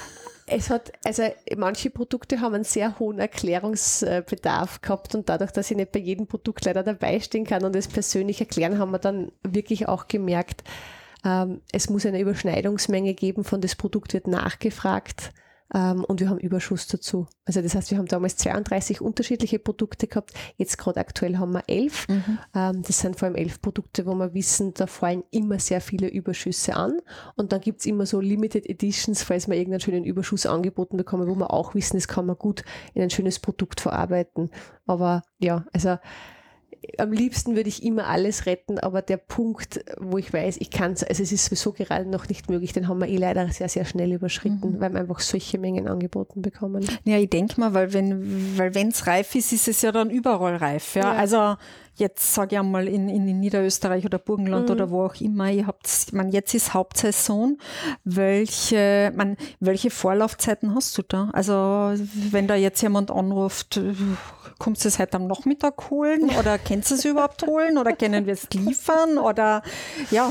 Speaker 3: Manche Produkte haben einen sehr hohen Erklärungsbedarf gehabt, und dadurch, dass ich nicht bei jedem Produkt leider dabei stehen kann und es persönlich erklären, haben wir dann wirklich auch gemerkt, es muss eine Überschneidungsmenge geben, von das Produkt wird nachgefragt, und wir haben Überschuss dazu. Also das heißt, wir haben damals 32 unterschiedliche Produkte gehabt, jetzt gerade aktuell haben wir 11. Das sind vor allem 11 Produkte, wo wir wissen, da fallen immer sehr viele Überschüsse an, und dann gibt es immer so Limited Editions, falls wir irgendeinen schönen Überschuss angeboten bekommen, wo wir auch wissen, das kann man gut in ein schönes Produkt verarbeiten. Aber ja, also am liebsten würde ich immer alles retten, aber der Punkt, wo ich weiß, ich kann es, also es ist sowieso gerade noch nicht möglich, den haben wir leider sehr, sehr schnell überschritten, weil wir einfach solche Mengen angeboten bekommen.
Speaker 2: Ja, ich denke mal, weil wenn es reif ist, ist es ja dann überall reif. Ja? Also jetzt sage ich einmal in Niederösterreich oder Burgenland oder wo auch immer, jetzt ist Hauptsaison. Welche Vorlaufzeiten hast du da? Also wenn da jetzt jemand anruft, kommst du es heute am Nachmittag holen oder kannst du es überhaupt holen oder können wir es liefern? Oder ja,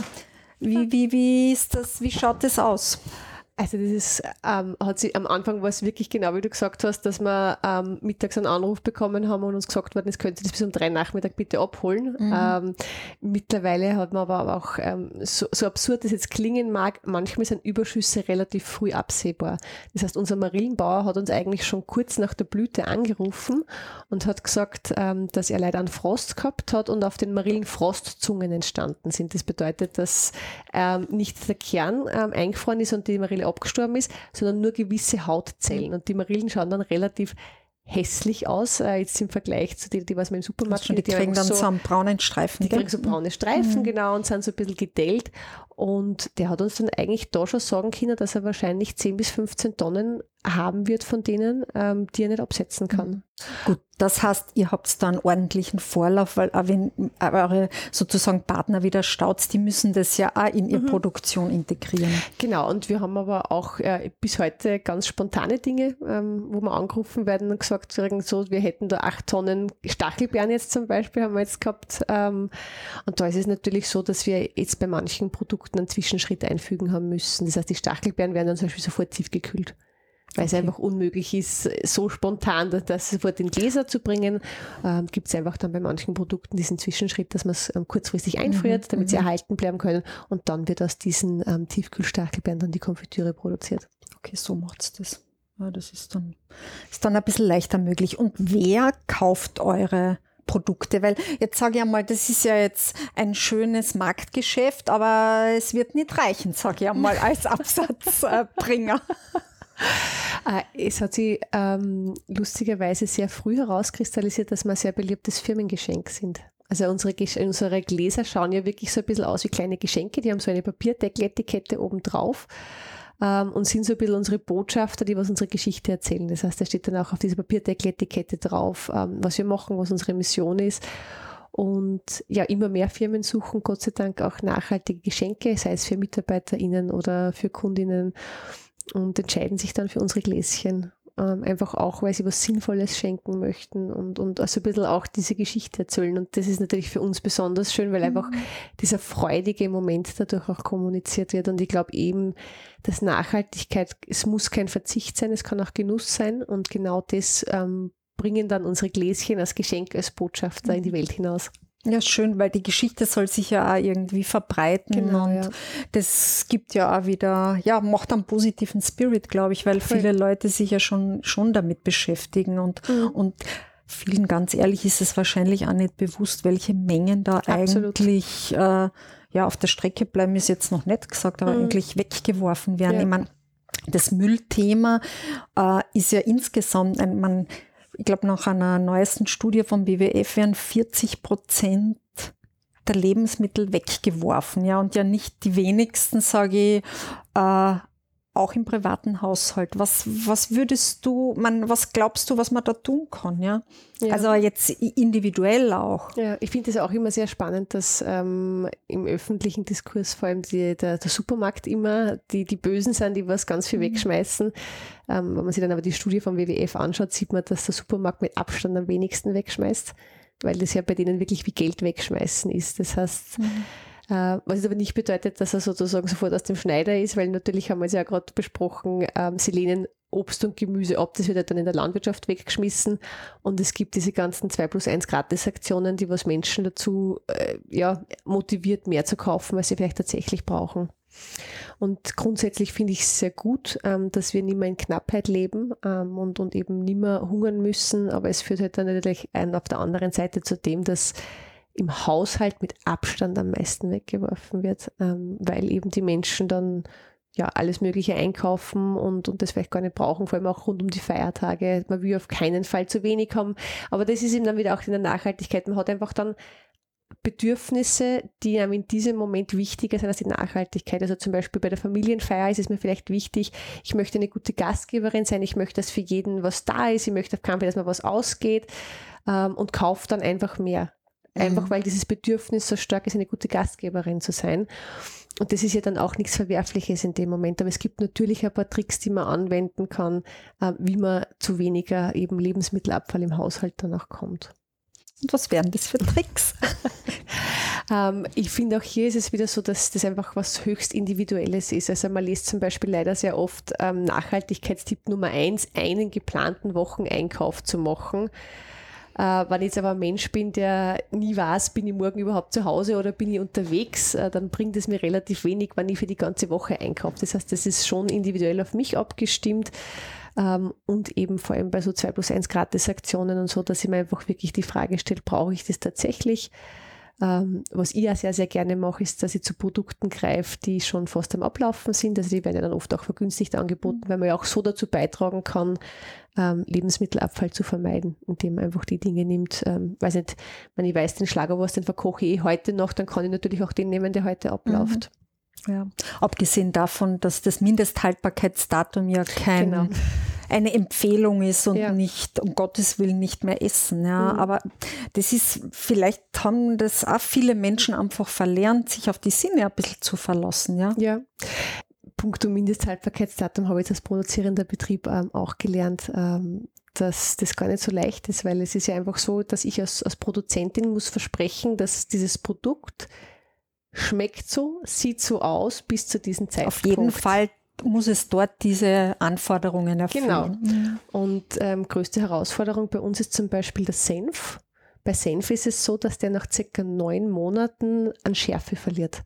Speaker 2: wie ist das, wie schaut das aus?
Speaker 3: Also das ist, am Anfang war es wirklich genau, wie du gesagt hast, dass wir mittags einen Anruf bekommen haben und uns gesagt worden, es könnte das bis um 3 Nachmittag bitte abholen. Mittlerweile hat man aber auch, so absurd das jetzt klingen mag, manchmal sind Überschüsse relativ früh absehbar. Das heißt, unser Marillenbauer hat uns eigentlich schon kurz nach der Blüte angerufen und hat gesagt, dass er leider einen Frost gehabt hat und auf den Marillen Frostzungen entstanden sind. Das bedeutet, dass nicht der Kern eingefroren ist und die Marille abgestorben ist, sondern nur gewisse Hautzellen. Und die Marillen schauen dann relativ hässlich aus, jetzt im Vergleich zu denen, die was man im Supermarkt
Speaker 2: findet. Die kriegen dann so einen braunen Streifen.
Speaker 3: Die kriegen so braune Streifen, genau, und sind so ein bisschen gedellt. Und der hat uns dann eigentlich da schon sagen können, dass er wahrscheinlich 10 bis 15 Tonnen haben wird von denen, die er nicht absetzen kann.
Speaker 2: Gut, das heißt, ihr habt da einen ordentlichen Vorlauf, weil auch wenn eure sozusagen Partner wieder staut, die müssen das ja auch in ihre Produktion integrieren.
Speaker 3: Genau, und wir haben aber auch bis heute ganz spontane Dinge, wo wir angerufen werden und gesagt werden, so, wir hätten da 8 Tonnen Stachelbeeren jetzt zum Beispiel, haben wir jetzt gehabt. Und da ist es natürlich so, dass wir jetzt bei manchen Produkten einen Zwischenschritt einfügen haben müssen. Das heißt, die Stachelbeeren werden dann zum Beispiel sofort tiefgekühlt. Weil es einfach unmöglich ist, so spontan das sofort in Gläser zu bringen, gibt es einfach dann bei manchen Produkten diesen Zwischenschritt, dass man es kurzfristig einfriert, damit sie erhalten bleiben können, und dann wird aus diesen Tiefkühlstachelbeeren dann die Konfitüre produziert.
Speaker 2: Okay, so macht es das. Ja, das ist dann ein bisschen leichter möglich. Und wer kauft eure Produkte? Weil jetzt sage ich einmal, das ist ja jetzt ein schönes Marktgeschäft, aber es wird nicht reichen, sage ich einmal, als Absatzbringer.
Speaker 3: Es hat sich lustigerweise sehr früh herauskristallisiert, dass wir ein sehr beliebtes Firmengeschenk sind. Also unsere Gläser schauen ja wirklich so ein bisschen aus wie kleine Geschenke. Die haben so eine Papierdeckel-Etikette oben drauf und sind so ein bisschen unsere Botschafter, die was unsere Geschichte erzählen. Das heißt, da steht dann auch auf dieser Papierdeckel-Etikette drauf, was wir machen, was unsere Mission ist. Und ja, immer mehr Firmen suchen Gott sei Dank auch nachhaltige Geschenke, sei es für MitarbeiterInnen oder für KundInnen, und entscheiden sich dann für unsere Gläschen. Einfach auch, weil sie was Sinnvolles schenken möchten und also ein bisschen auch diese Geschichte erzählen. Und das ist natürlich für uns besonders schön, weil einfach dieser freudige Moment dadurch auch kommuniziert wird. Und ich glaube eben, dass Nachhaltigkeit, es muss kein Verzicht sein, es kann auch Genuss sein. Und genau das bringen dann unsere Gläschen als Geschenk, als Botschafter in die Welt hinaus.
Speaker 2: Ja, schön, weil die Geschichte soll sich ja auch irgendwie verbreiten,
Speaker 3: genau,
Speaker 2: und das gibt ja auch wieder, ja, macht einen positiven Spirit, glaube ich, weil viele Leute sich ja schon damit beschäftigen und vielen, ganz ehrlich, ist es wahrscheinlich auch nicht bewusst, welche Mengen da eigentlich auf der Strecke bleiben, ist jetzt noch nicht gesagt, aber eigentlich weggeworfen werden. Ich meine, das Müllthema ist ja insgesamt ich glaube, nach einer neuesten Studie vom WWF werden 40% der Lebensmittel weggeworfen. Ja, und ja nicht die wenigsten, sage ich, auch im privaten Haushalt. Was glaubst du, was man da tun kann? Ja?
Speaker 3: Ja.
Speaker 2: Also jetzt individuell auch.
Speaker 3: Ja, ich finde es auch immer sehr spannend, dass im öffentlichen Diskurs vor allem der Supermarkt immer die Bösen sind, die was ganz viel wegschmeißen. Wenn man sich dann aber die Studie vom WWF anschaut, sieht man, dass der Supermarkt mit Abstand am wenigsten wegschmeißt, weil das ja bei denen wirklich wie Geld wegschmeißen ist. Das heißt, was jetzt aber nicht bedeutet, dass er sozusagen sofort aus dem Schneider ist, weil natürlich haben wir es ja gerade besprochen, sie lehnen Obst und Gemüse ab, das wird ja dann in der Landwirtschaft weggeschmissen und es gibt diese ganzen 2+1 Gratis-Aktionen, die was Menschen dazu motiviert, mehr zu kaufen, als sie vielleicht tatsächlich brauchen. Und grundsätzlich finde ich es sehr gut, dass wir nicht mehr in Knappheit leben und eben nicht mehr hungern müssen, aber es führt halt dann natürlich auf der anderen Seite zu dem, dass im Haushalt mit Abstand am meisten weggeworfen wird, weil eben die Menschen dann ja alles Mögliche einkaufen und das vielleicht gar nicht brauchen, vor allem auch rund um die Feiertage. Man will auf keinen Fall zu wenig haben, aber das ist eben dann wieder auch in der Nachhaltigkeit. Man hat einfach dann Bedürfnisse, die einem in diesem Moment wichtiger sind als die Nachhaltigkeit. Also zum Beispiel bei der Familienfeier ist es mir vielleicht wichtig, ich möchte eine gute Gastgeberin sein, ich möchte, dass für jeden was da ist, ich möchte auf keinen Fall, dass mir was ausgeht und kaufe dann einfach mehr. Einfach weil dieses Bedürfnis so stark ist, eine gute Gastgeberin zu sein. Und das ist ja dann auch nichts Verwerfliches in dem Moment. Aber es gibt natürlich ein paar Tricks, die man anwenden kann, wie man zu weniger eben Lebensmittelabfall im Haushalt dann auch kommt.
Speaker 2: Und was wären das für Tricks?
Speaker 3: Ich finde auch hier ist es wieder so, dass das einfach was höchst Individuelles ist. Also man liest zum Beispiel leider sehr oft Nachhaltigkeitstipp Nummer 1, einen geplanten Wocheneinkauf zu machen. Wenn ich jetzt aber ein Mensch bin, der nie weiß, bin ich morgen überhaupt zu Hause oder bin ich unterwegs, dann bringt es mir relativ wenig, wenn ich für die ganze Woche einkaufe. Das heißt, das ist schon individuell auf mich abgestimmt und eben vor allem bei so 2+1 Gratis-Aktionen und so, dass ich mir einfach wirklich die Frage stelle, brauche ich das tatsächlich? Was ich ja sehr, sehr gerne mache, ist, dass ich zu Produkten greife, die schon fast am Ablaufen sind. Also die werden ja dann oft auch vergünstigt angeboten, weil man ja auch so dazu beitragen kann, Lebensmittelabfall zu vermeiden, indem man einfach die Dinge nimmt. Weiß nicht, wenn ich weiß, den Schlagerwurst, den verkoche ich heute noch, dann kann ich natürlich auch den nehmen, der heute abläuft.
Speaker 2: Ja. Abgesehen davon, dass das Mindesthaltbarkeitsdatum ja eine Empfehlung ist und nicht, um Gottes Willen, nicht mehr essen. Ja. Aber das ist, vielleicht haben das auch viele Menschen einfach verlernt, sich auf die Sinne ein bisschen zu verlassen. Ja.
Speaker 3: Punkto Mindesthaltbarkeitsdatum habe ich als produzierender Betrieb auch gelernt, dass das gar nicht so leicht ist, weil es ist ja einfach so, dass ich als Produzentin muss versprechen, dass dieses Produkt schmeckt so, sieht so aus bis zu diesem Zeitpunkt.
Speaker 2: Auf jeden Fall muss es dort diese Anforderungen erfüllen.
Speaker 3: Genau. Und größte Herausforderung bei uns ist zum Beispiel der Senf. Bei Senf ist es so, dass der nach ca. 9 Monaten an Schärfe verliert.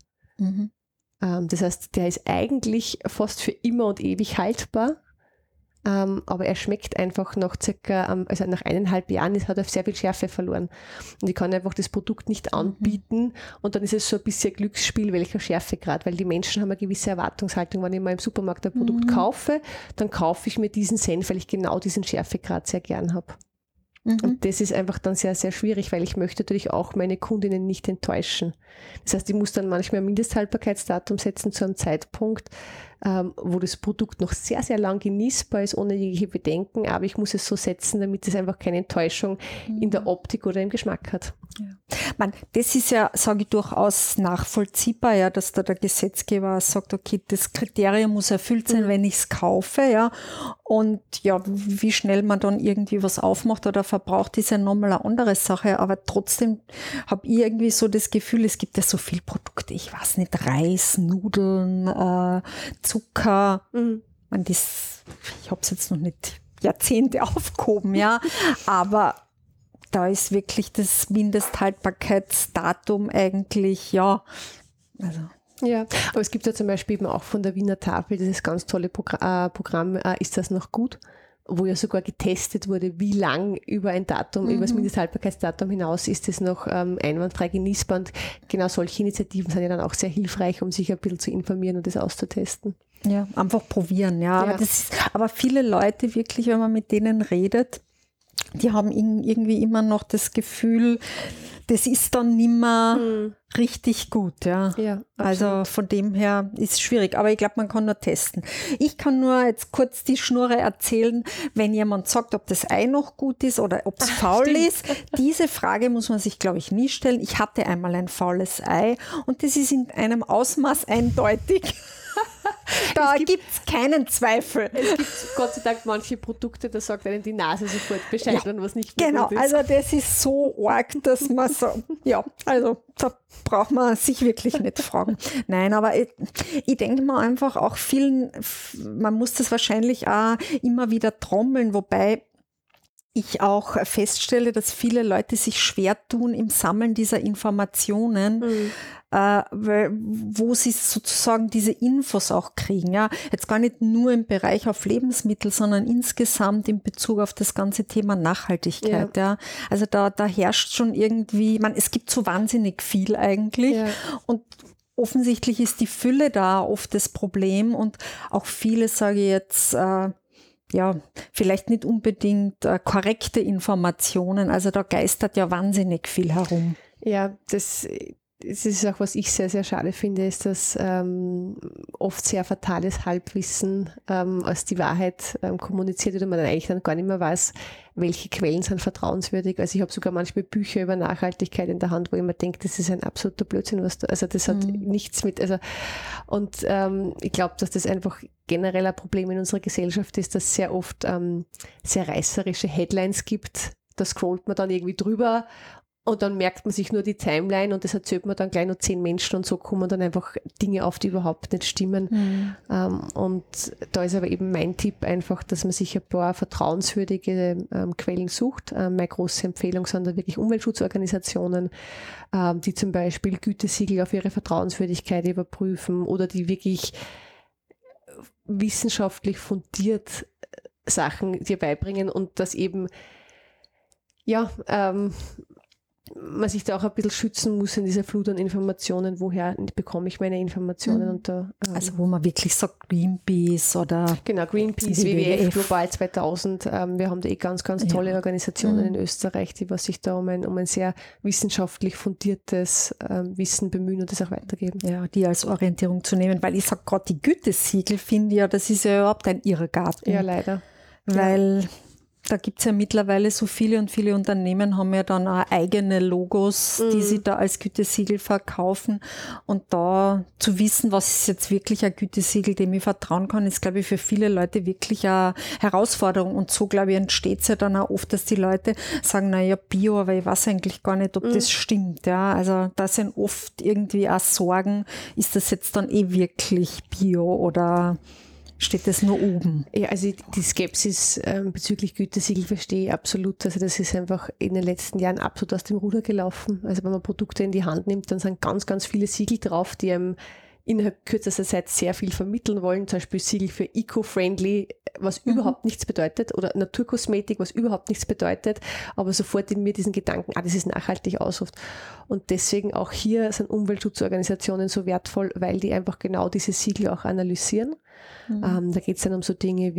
Speaker 3: Das heißt, der ist eigentlich fast für immer und ewig haltbar, aber er schmeckt einfach nach nach 1,5 Jahren, hat er sehr viel Schärfe verloren. Und ich kann einfach das Produkt nicht anbieten und dann ist es so ein bisschen Glücksspiel, welcher Schärfegrad, weil die Menschen haben eine gewisse Erwartungshaltung. Wenn ich mal im Supermarkt ein Produkt kaufe, dann kaufe ich mir diesen Senf, weil ich genau diesen Schärfegrad sehr gern habe. Und das ist einfach dann sehr, sehr schwierig, weil ich möchte natürlich auch meine Kundinnen nicht enttäuschen. Das heißt, ich muss dann manchmal ein Mindesthaltbarkeitsdatum setzen zu einem Zeitpunkt, wo das Produkt noch sehr, sehr lang genießbar ist, ohne jegliche Bedenken, aber ich muss es so setzen, damit es einfach keine Enttäuschung in der Optik oder im Geschmack hat.
Speaker 2: Ja. Das ist ja, sage ich, durchaus nachvollziehbar, ja, dass da der Gesetzgeber sagt, okay, das Kriterium muss erfüllt sein, wenn ich es kaufe, ja. Und ja, wie schnell man dann irgendwie was aufmacht oder verbraucht, ist ja nochmal eine andere Sache. Aber trotzdem habe ich irgendwie so das Gefühl, es gibt ja so viele Produkte, ich weiß nicht, Reis, Nudeln, Zucker. Ich habe es jetzt noch nicht Jahrzehnte aufgehoben, ja, aber da ist wirklich das Mindesthaltbarkeitsdatum eigentlich, ja, also.
Speaker 3: Ja, aber es gibt ja zum Beispiel eben auch von der Wiener Tafel dieses ganz tolle Programm, Ist das noch gut? Wo ja sogar getestet wurde, wie lang über ein Datum, über das Mindesthaltbarkeitsdatum hinaus ist es noch einwandfrei genießbar. Und genau solche Initiativen sind ja dann auch sehr hilfreich, um sich ein bisschen zu informieren und das auszutesten.
Speaker 2: Ja, einfach probieren, ja. Aber viele Leute wirklich, wenn man mit denen redet, die haben irgendwie immer noch das Gefühl, das ist dann nimmer richtig gut. Ja. Also von dem her ist es schwierig, aber ich glaube, man kann nur testen. Ich kann nur jetzt kurz die Schnurre erzählen, wenn jemand sagt, ob das Ei noch gut ist oder ob es faul ist. Diese Frage muss man sich, glaube ich, nie stellen. Ich hatte einmal ein faules Ei und das ist in einem Ausmaß eindeutig. Da gibt es keinen Zweifel.
Speaker 3: Es gibt Gott sei Dank manche Produkte, da sagt einem die Nase sofort Bescheid, wenn was nicht mehr
Speaker 2: genau,
Speaker 3: gut ist.
Speaker 2: also das ist so arg, dass man so, ja, also da braucht man sich wirklich nicht fragen. Nein, aber ich denke mal einfach auch man muss das wahrscheinlich auch immer wieder trommeln, wobei ich auch feststelle, dass viele Leute sich schwer tun im Sammeln dieser Informationen, wo sie sozusagen diese Infos auch kriegen. Ja? Jetzt gar nicht nur im Bereich auf Lebensmittel, sondern insgesamt in Bezug auf das ganze Thema Nachhaltigkeit. Ja. Also da herrscht schon irgendwie, es gibt so wahnsinnig viel eigentlich und offensichtlich ist die Fülle da oft das Problem und auch viele, sage ich jetzt, vielleicht nicht unbedingt korrekte Informationen. Also da geistert ja wahnsinnig viel herum.
Speaker 3: Ja, das ist auch, was ich sehr, sehr schade finde, ist, dass oft sehr fatales Halbwissen als die Wahrheit kommuniziert wird und man dann eigentlich dann gar nicht mehr weiß, welche Quellen sind vertrauenswürdig. Also ich habe sogar manchmal Bücher über Nachhaltigkeit in der Hand, wo ich mir denke, das ist ein absoluter Blödsinn, also das hat nichts mit, und ich glaube, dass das einfach generell ein Problem in unserer Gesellschaft ist, dass es sehr oft sehr reißerische Headlines gibt. Da scrollt man dann irgendwie drüber und dann merkt man sich nur die Timeline und das erzählt man dann gleich noch 10 Menschen und so kommen dann einfach Dinge auf, die überhaupt nicht stimmen. Und da ist aber eben mein Tipp einfach, dass man sich ein paar vertrauenswürdige Quellen sucht. Meine große Empfehlung sind da wirklich Umweltschutzorganisationen, die zum Beispiel Gütesiegel auf ihre Vertrauenswürdigkeit überprüfen oder die wirklich wissenschaftlich fundiert Sachen dir beibringen und das eben man sich da auch ein bisschen schützen muss in dieser Flut an Informationen, woher bekomme ich meine Informationen. Und da,
Speaker 2: also wo man wirklich sagt Greenpeace oder
Speaker 3: genau, Greenpeace, WWF, Global 2000, wir haben da ganz, ganz tolle Organisationen in Österreich, die was sich da um ein sehr wissenschaftlich fundiertes Wissen bemühen und das auch weitergeben.
Speaker 2: Ja, die als Orientierung zu nehmen, weil ich sage gerade, die Gütesiegel finde ich das ist ja überhaupt ein Irrgarten.
Speaker 3: Ja, leider.
Speaker 2: Weil da gibt es ja mittlerweile so viele und viele Unternehmen haben ja dann auch eigene Logos, die sie da als Gütesiegel verkaufen. Und da zu wissen, was ist jetzt wirklich ein Gütesiegel, dem ich vertrauen kann, ist, glaube ich, für viele Leute wirklich eine Herausforderung. Und so, glaube ich, entsteht es ja dann auch oft, dass die Leute sagen, naja, Bio, aber ich weiß eigentlich gar nicht, ob das stimmt. Ja, also da sind oft irgendwie auch Sorgen, ist das jetzt dann wirklich Bio oder steht das nur oben?
Speaker 3: Ja, also die Skepsis bezüglich Gütesiegel verstehe ich absolut. Also das ist einfach in den letzten Jahren absolut aus dem Ruder gelaufen. Also wenn man Produkte in die Hand nimmt, dann sind ganz, ganz viele Siegel drauf, die einem innerhalb kürzester Zeit sehr viel vermitteln wollen. Zum Beispiel Siegel für Eco-Friendly, was überhaupt nichts bedeutet, oder Naturkosmetik, was überhaupt nichts bedeutet, aber sofort in mir diesen Gedanken, das ist nachhaltig ausruft. Und deswegen auch hier sind Umweltschutzorganisationen so wertvoll, weil die einfach genau diese Siegel auch analysieren. Da geht es dann um so Dinge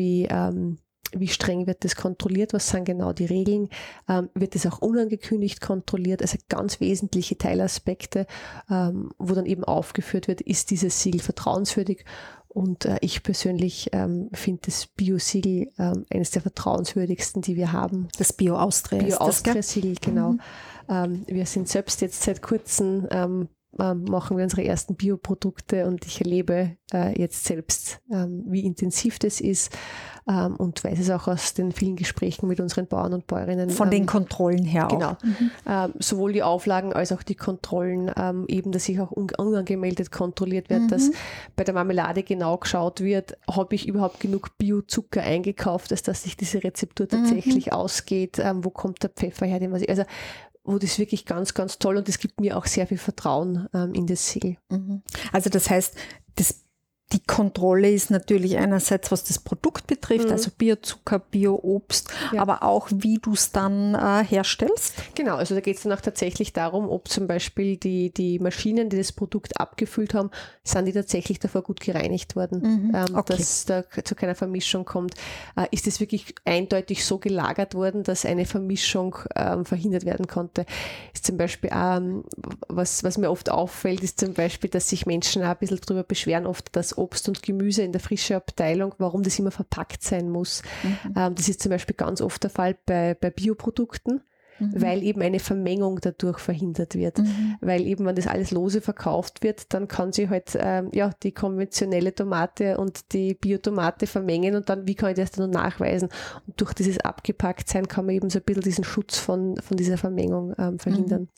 Speaker 3: wie streng wird das kontrolliert, was sind genau die Regeln, wird das auch unangekündigt kontrolliert, also ganz wesentliche Teilaspekte, wo dann eben aufgeführt wird, ist dieses Siegel vertrauenswürdig. Und ich persönlich finde das Bio-Siegel eines der vertrauenswürdigsten, die wir haben.
Speaker 2: Das Bio-Austria.
Speaker 3: Bio-Austria-Siegel, genau. Wir sind selbst jetzt seit kurzem machen wir unsere ersten Bioprodukte und ich erlebe jetzt selbst, wie intensiv das ist und weiß es auch aus den vielen Gesprächen mit unseren Bauern und Bäuerinnen.
Speaker 2: Von den Kontrollen her
Speaker 3: genau, auch. Sowohl die Auflagen als auch die Kontrollen, eben, dass ich auch unangemeldet kontrolliert werde, dass bei der Marmelade genau geschaut wird, habe ich überhaupt genug Biozucker eingekauft, dass sich diese Rezeptur tatsächlich ausgeht, wo kommt der Pfeffer her, also wo das wirklich ganz, ganz toll und es gibt mir auch sehr viel Vertrauen in das Siegel.
Speaker 2: Also das heißt, das die Kontrolle ist natürlich einerseits, was das Produkt betrifft, also Biozucker, Bio-Obst, aber auch, wie du es dann herstellst.
Speaker 3: Genau, also da geht es dann auch tatsächlich darum, ob zum Beispiel die Maschinen, die das Produkt abgefüllt haben, sind die tatsächlich davor gut gereinigt worden, dass da zu keiner Vermischung kommt. Ist es wirklich eindeutig so gelagert worden, dass eine Vermischung verhindert werden konnte? Ist zum Beispiel was mir oft auffällt, ist zum Beispiel, dass sich Menschen auch ein bisschen darüber beschweren, oft, dass Obst und Gemüse in der frischen Abteilung, warum das immer verpackt sein muss. Das ist zum Beispiel ganz oft der Fall bei Bioprodukten, weil eben eine Vermengung dadurch verhindert wird. Weil eben, wenn das alles lose verkauft wird, dann kann sie halt die konventionelle Tomate und die Biotomate vermengen und dann, wie kann ich das dann noch nachweisen? Und durch dieses Abgepacktsein kann man eben so ein bisschen diesen Schutz von dieser Vermengung verhindern.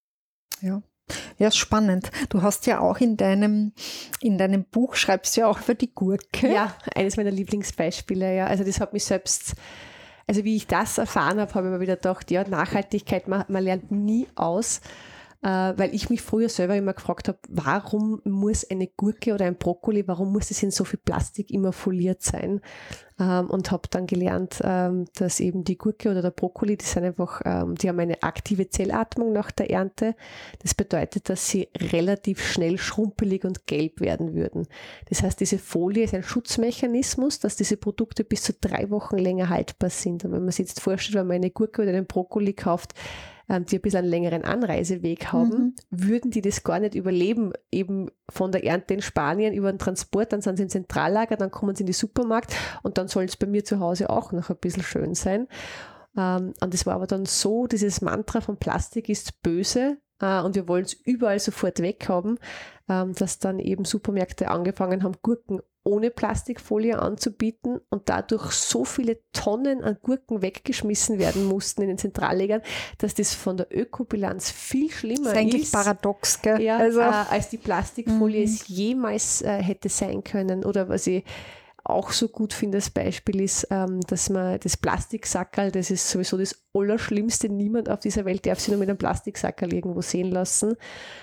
Speaker 2: Ja, ist spannend. Du hast ja auch in deinem Buch, schreibst du ja auch über die Gurke.
Speaker 3: Ja, eines meiner Lieblingsbeispiele, ja. Also das hat mich selbst, also wie ich das erfahren habe, habe ich mir wieder gedacht, ja, Nachhaltigkeit, man lernt nie aus, weil ich mich früher selber immer gefragt habe, warum muss eine Gurke oder ein Brokkoli, warum muss es in so viel Plastik immer foliert sein? Und habe dann gelernt, dass eben die Gurke oder der Brokkoli, die sind einfach, die haben eine aktive Zellatmung nach der Ernte. Das bedeutet, dass sie relativ schnell schrumpelig und gelb werden würden. Das heißt, diese Folie ist ein Schutzmechanismus, dass diese Produkte bis zu 3 Wochen länger haltbar sind. Und wenn man sich jetzt vorstellt, wenn man eine Gurke oder einen Brokkoli kauft, die ein bisschen einen längeren Anreiseweg haben, würden die das gar nicht überleben, eben von der Ernte in Spanien über den Transport, dann sind sie im Zentrallager, dann kommen sie in den Supermarkt und dann soll es bei mir zu Hause auch noch ein bisschen schön sein. Und das war aber dann so, dieses Mantra von Plastik ist böse und wir wollen es überall sofort weghaben, dass dann eben Supermärkte angefangen haben, Gurken ohne Plastikfolie anzubieten und dadurch so viele Tonnen an Gurken weggeschmissen werden mussten in den Zentrallegern, dass das von der Ökobilanz viel schlimmer ist.
Speaker 2: Das ist eigentlich paradox, gell?
Speaker 3: Ja, als die Plastikfolie es jemals hätte sein können. Oder was ich auch so gut finde, das Beispiel ist, dass man das Plastiksackerl, das ist sowieso das Allerschlimmste, niemand auf dieser Welt darf sich nur mit einem Plastiksackerl irgendwo sehen lassen.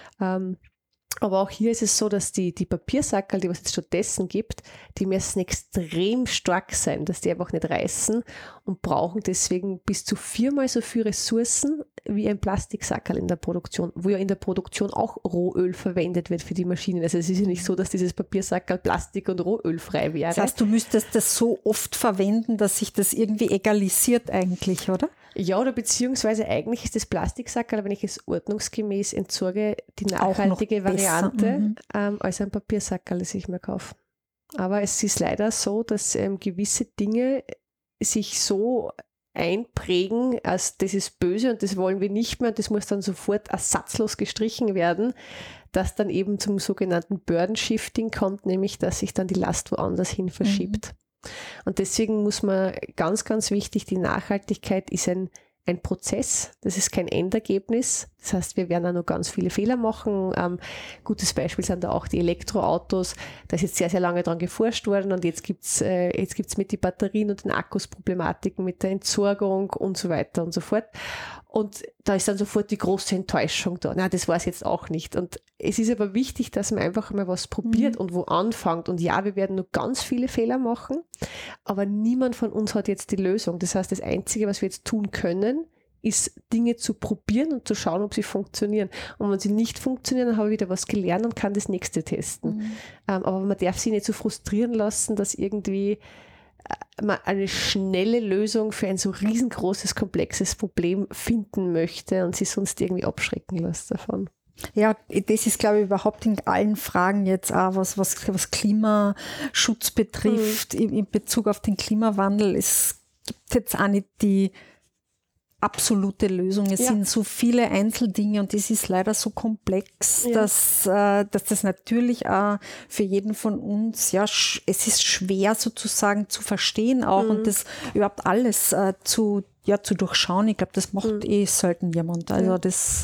Speaker 3: Aber auch hier ist es so, dass die Papiersackerl, die es jetzt stattdessen gibt, die müssen extrem stark sein, dass die einfach nicht reißen und brauchen deswegen bis zu 4-mal so viele Ressourcen wie ein Plastiksackerl in der Produktion, wo ja in der Produktion auch Rohöl verwendet wird für die Maschinen. Also es ist ja nicht so, dass dieses Papiersackerl plastik- und rohölfrei wäre.
Speaker 2: Das heißt, du müsstest das so oft verwenden, dass sich das irgendwie egalisiert eigentlich, oder?
Speaker 3: Ja, oder beziehungsweise eigentlich ist das Plastiksackerl, wenn ich es ordnungsgemäß entsorge, die nachhaltige Variante als ein Papiersackerl, das ich mir kaufe. Aber es ist leider so, dass gewisse Dinge sich so einprägen, als das ist böse und das wollen wir nicht mehr und das muss dann sofort ersatzlos gestrichen werden, dass dann eben zum sogenannten Burden Shifting kommt, nämlich dass sich dann die Last woanders hin verschiebt. Und deswegen muss man ganz, ganz wichtig, die Nachhaltigkeit ist ein Prozess, das ist kein Endergebnis. Das heißt, wir werden auch noch ganz viele Fehler machen. Gutes Beispiel sind da auch die Elektroautos. Da ist jetzt sehr, sehr lange dran geforscht worden und jetzt gibt's mit den Batterien und den Akkus Problematiken mit der Entsorgung und so weiter und so fort. Und da ist dann sofort die große Enttäuschung da. Na, das war es jetzt auch nicht. Und es ist aber wichtig, dass man einfach mal was probiert und wo anfängt. Und ja, wir werden noch ganz viele Fehler machen, aber niemand von uns hat jetzt die Lösung. Das heißt, das Einzige, was wir jetzt tun können, ist Dinge zu probieren und zu schauen, ob sie funktionieren. Und wenn sie nicht funktionieren, dann habe ich wieder was gelernt und kann das nächste testen. Aber man darf sich nicht so frustrieren lassen, dass irgendwie man eine schnelle Lösung für ein so riesengroßes, komplexes Problem finden möchte und sich sonst irgendwie abschrecken lässt davon.
Speaker 2: Ja, das ist, glaube ich, überhaupt in allen Fragen jetzt auch, was Klimaschutz betrifft, in Bezug auf den Klimawandel. Es gibt jetzt auch nicht die absolute Lösung. Es sind so viele Einzeldinge und das ist leider so komplex, dass das natürlich auch für jeden von uns, es ist schwer sozusagen zu verstehen auch und das überhaupt alles zu durchschauen. Ich glaube, das macht selten jemand. Also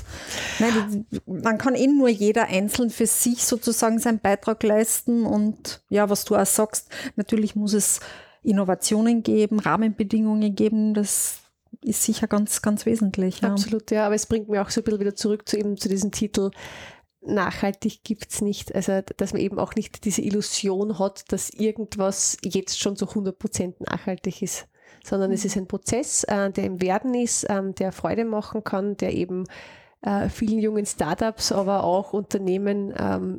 Speaker 2: man kann nur jeder einzeln für sich sozusagen seinen Beitrag leisten und was du auch sagst, natürlich muss es Innovationen geben, Rahmenbedingungen geben, das ist sicher ganz, ganz wesentlich. Ja.
Speaker 3: Absolut, ja, aber es bringt mir auch so ein bisschen wieder zurück zu diesem Titel nachhaltig gibt es nicht. Also, dass man eben auch nicht diese Illusion hat, dass irgendwas jetzt schon zu 100% nachhaltig ist, sondern es ist ein Prozess, der im Werden ist, der Freude machen kann, der eben vielen jungen Startups, aber auch Unternehmen,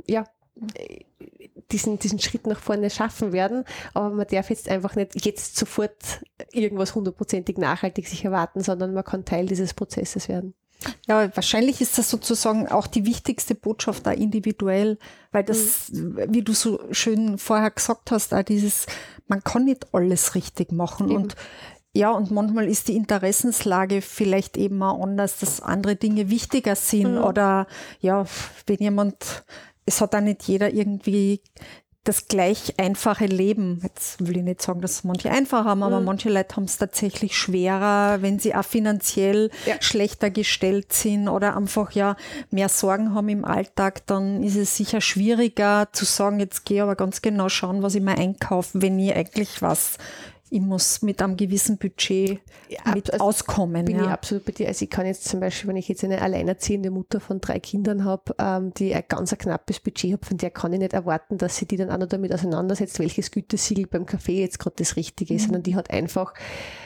Speaker 3: diesen Schritt nach vorne schaffen werden. Aber man darf jetzt einfach nicht jetzt sofort irgendwas 100%ig nachhaltig sich erwarten, sondern man kann Teil dieses Prozesses werden.
Speaker 2: Ja, wahrscheinlich ist das sozusagen auch die wichtigste Botschaft da individuell, weil das, wie du so schön vorher gesagt hast, auch dieses, man kann nicht alles richtig machen.
Speaker 3: Eben.
Speaker 2: Und ja, und manchmal ist die Interessenslage vielleicht eben auch anders, dass andere Dinge wichtiger sind oder ja, wenn jemand, es hat auch nicht jeder irgendwie das gleich einfache Leben. Jetzt will ich nicht sagen, dass manche einfach haben, aber manche Leute haben es tatsächlich schwerer, wenn sie auch finanziell schlechter gestellt sind oder einfach ja mehr Sorgen haben im Alltag, dann ist es sicher schwieriger zu sagen, jetzt gehe ich aber ganz genau schauen, was ich mir einkaufe, wenn ich eigentlich was, ich muss mit einem gewissen Budget auskommen.
Speaker 3: Bin ich absolut bei dir. Also ich kann jetzt zum Beispiel, wenn ich jetzt eine alleinerziehende Mutter von 3 Kindern habe, die ein ganz knappes Budget hat, von der kann ich nicht erwarten, dass sie die dann auch noch damit auseinandersetzt, welches Gütesiegel beim Kaffee jetzt gerade das Richtige ist, sondern die hat einfach,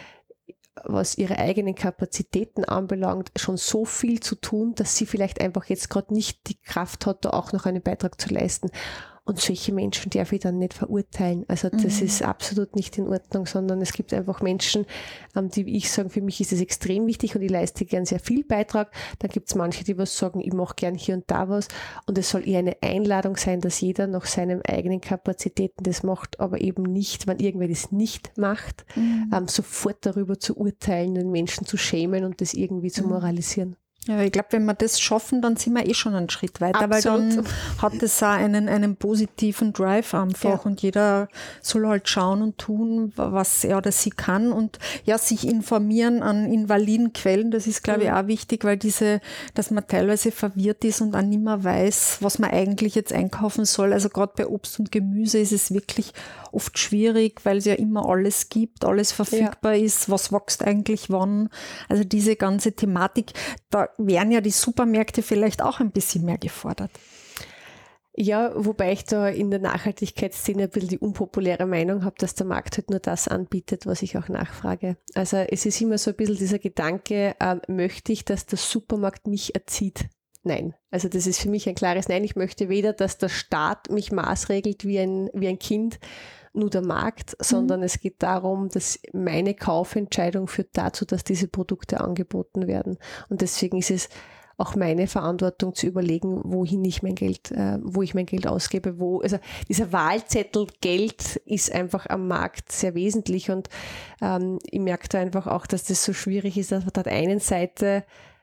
Speaker 3: was ihre eigenen Kapazitäten anbelangt, schon so viel zu tun, dass sie vielleicht einfach jetzt gerade nicht die Kraft hat, da auch noch einen Beitrag zu leisten. Und solche Menschen darf ich dann nicht verurteilen. Also das ist absolut nicht in Ordnung, sondern es gibt einfach Menschen, die wie ich sagen, für mich ist es extrem wichtig und ich leiste gern sehr viel Beitrag. Dann gibt es manche, die was sagen, ich mache gern hier und da was. Und es soll eher eine Einladung sein, dass jeder nach seinen eigenen Kapazitäten das macht, aber eben nicht, wenn irgendwer das nicht macht, sofort darüber zu urteilen, den Menschen zu schämen und das irgendwie zu moralisieren.
Speaker 2: Ja, ich glaube, wenn wir das schaffen, dann sind wir eh schon einen Schritt weiter,
Speaker 3: Absolut.
Speaker 2: weil dann hat es auch einen positiven Drive einfach und jeder soll halt schauen und tun, was er oder sie kann und ja, sich informieren an invaliden Quellen, das ist, glaube ich, auch wichtig, weil dass man teilweise verwirrt ist und dann nicht mehr weiß, was man eigentlich jetzt einkaufen soll. Also gerade bei Obst und Gemüse ist es wirklich oft schwierig, weil es ja immer alles gibt, alles verfügbar ist, was wächst eigentlich wann. Also diese ganze Thematik, da wären ja die Supermärkte vielleicht auch ein bisschen mehr gefordert.
Speaker 3: Ja, wobei ich da in der Nachhaltigkeitsszene ein bisschen die unpopuläre Meinung habe, dass der Markt halt nur das anbietet, was ich auch nachfrage. Also es ist immer so ein bisschen dieser Gedanke, möchte ich, dass der Supermarkt mich erzieht? Nein. Also das ist für mich ein klares Nein. Ich möchte weder, dass der Staat mich maßregelt wie ein Kind, nur der Markt, sondern es geht darum, dass meine Kaufentscheidung führt dazu, dass diese Produkte angeboten werden. Und deswegen ist es auch meine Verantwortung zu überlegen, wo ich mein Geld ausgebe, also dieser Wahlzettel Geld ist einfach am Markt sehr wesentlich und ich merke da einfach auch, dass das so schwierig ist, dass auf der einen Seite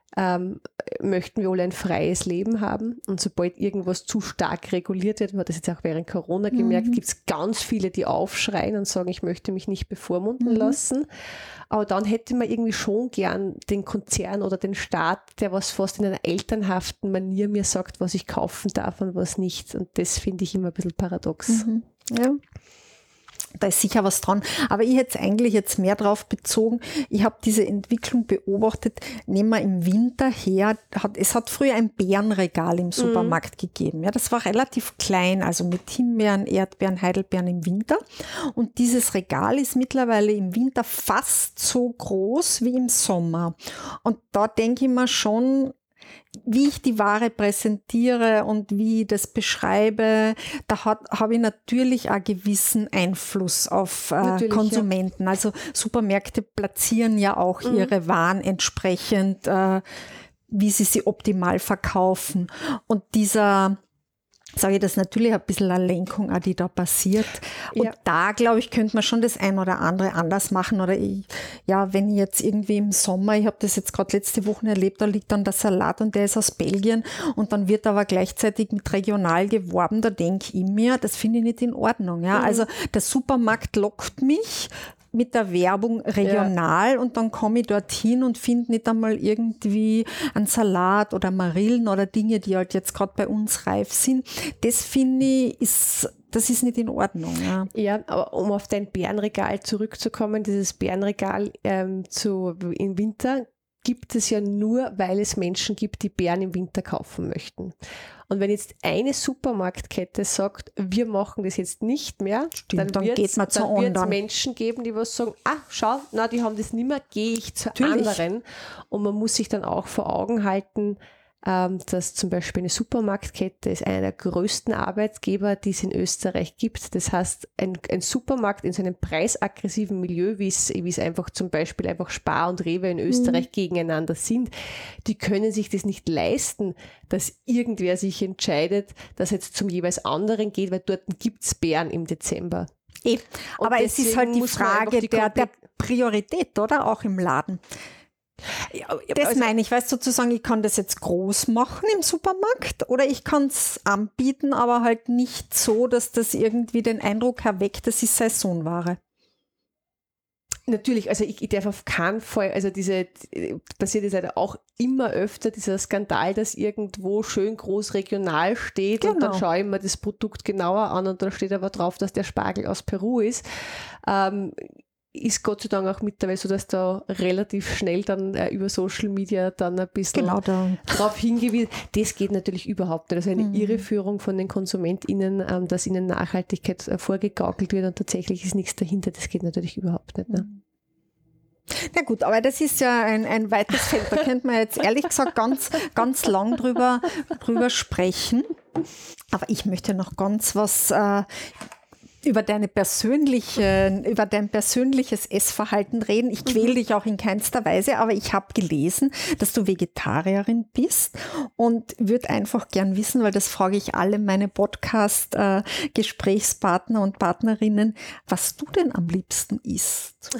Speaker 3: möchten wir alle ein freies Leben haben und sobald irgendwas zu stark reguliert wird, man hat das jetzt auch während Corona gemerkt, gibt es ganz viele, die aufschreien und sagen, ich möchte mich nicht bevormunden lassen, aber dann hätte man irgendwie schon gern den Konzern oder den Staat, der was fast in einer elternhaften Manier mir sagt, was ich kaufen darf und was nicht und das finde ich immer ein bisschen paradox.
Speaker 2: Ja. Da ist sicher was dran. Aber ich hätte es eigentlich jetzt mehr drauf bezogen. Ich habe diese Entwicklung beobachtet. Nehmen wir im Winter her. Es hat früher ein Beerenregal im Supermarkt gegeben. Ja, das war relativ klein, also mit Himbeeren, Erdbeeren, Heidelbeeren im Winter. Und dieses Regal ist mittlerweile im Winter fast so groß wie im Sommer. Und da denke ich mir schon, wie ich die Ware präsentiere und wie ich das beschreibe, da habe ich natürlich einen gewissen Einfluss auf Konsumenten. Ja. Also Supermärkte platzieren ja auch ihre Waren entsprechend, wie sie optimal verkaufen. Und sage ich das natürlich ein bisschen eine Lenkung, auch die da passiert. Und da, glaube ich, könnte man schon das ein oder andere anders machen. Oder wenn ich jetzt irgendwie im Sommer, ich habe das jetzt gerade letzte Woche erlebt, da liegt dann der Salat und der ist aus Belgien und dann wird aber gleichzeitig mit regional geworben, da denke ich mir, das finde ich nicht in Ordnung. Ja? Also der Supermarkt lockt mich mit der Werbung regional und dann komme ich dorthin und finde nicht einmal irgendwie einen Salat oder Marillen oder Dinge, die halt jetzt gerade bei uns reif sind. Das finde ich, das ist nicht in Ordnung.
Speaker 3: Ja, aber um auf dein Bärenregal zurückzukommen, dieses Bärenregal im Winter gibt es ja nur, weil es Menschen gibt, die Beeren im Winter kaufen möchten. Und wenn jetzt eine Supermarktkette sagt, wir machen das jetzt nicht mehr, dann wird es Menschen geben, die was sagen, schau, na, die haben das nicht mehr, gehe ich zu anderen. Und man muss sich dann auch vor Augen halten, dass zum Beispiel eine Supermarktkette ist einer der größten Arbeitgeber, die es in Österreich gibt. Das heißt, ein Supermarkt in so einem preisaggressiven Milieu, wie es einfach zum Beispiel einfach Spar und Rewe in Österreich gegeneinander sind, die können sich das nicht leisten, dass irgendwer sich entscheidet, dass er jetzt zum jeweils anderen geht, weil dort gibt es Bären im Dezember.
Speaker 2: Aber es ist halt die Frage der Priorität, oder? Auch im Laden. Ja, das meine ich, weißt du, sozusagen, ich kann das jetzt groß machen im Supermarkt oder ich kann es anbieten, aber halt nicht so, dass das irgendwie den Eindruck erweckt, das ist Saisonware.
Speaker 3: Natürlich, also ich darf auf keinen Fall, also passiert es leider auch immer öfter, dieser Skandal, dass irgendwo schön groß regional steht und dann schaue ich mir das Produkt genauer an und da steht aber drauf, dass der Spargel aus Peru ist. Ist Gott sei Dank auch mittlerweile so, dass da relativ schnell dann über Social Media dann ein bisschen darauf hingewiesen. Das geht natürlich überhaupt nicht. Also eine Irreführung von den KonsumentInnen, dass ihnen Nachhaltigkeit vorgegaukelt wird und tatsächlich ist nichts dahinter, das geht natürlich überhaupt nicht. Ne?
Speaker 2: Na gut, aber das ist ja ein weites Feld. Da könnte man jetzt ehrlich gesagt ganz lang drüber sprechen. Aber ich möchte noch ganz was über dein persönliches Essverhalten reden. Ich quäle dich auch in keinster Weise, aber ich habe gelesen, dass du Vegetarierin bist und würde einfach gern wissen, weil das frage ich alle meine Podcast-Gesprächspartner und Partnerinnen, was du denn am liebsten isst.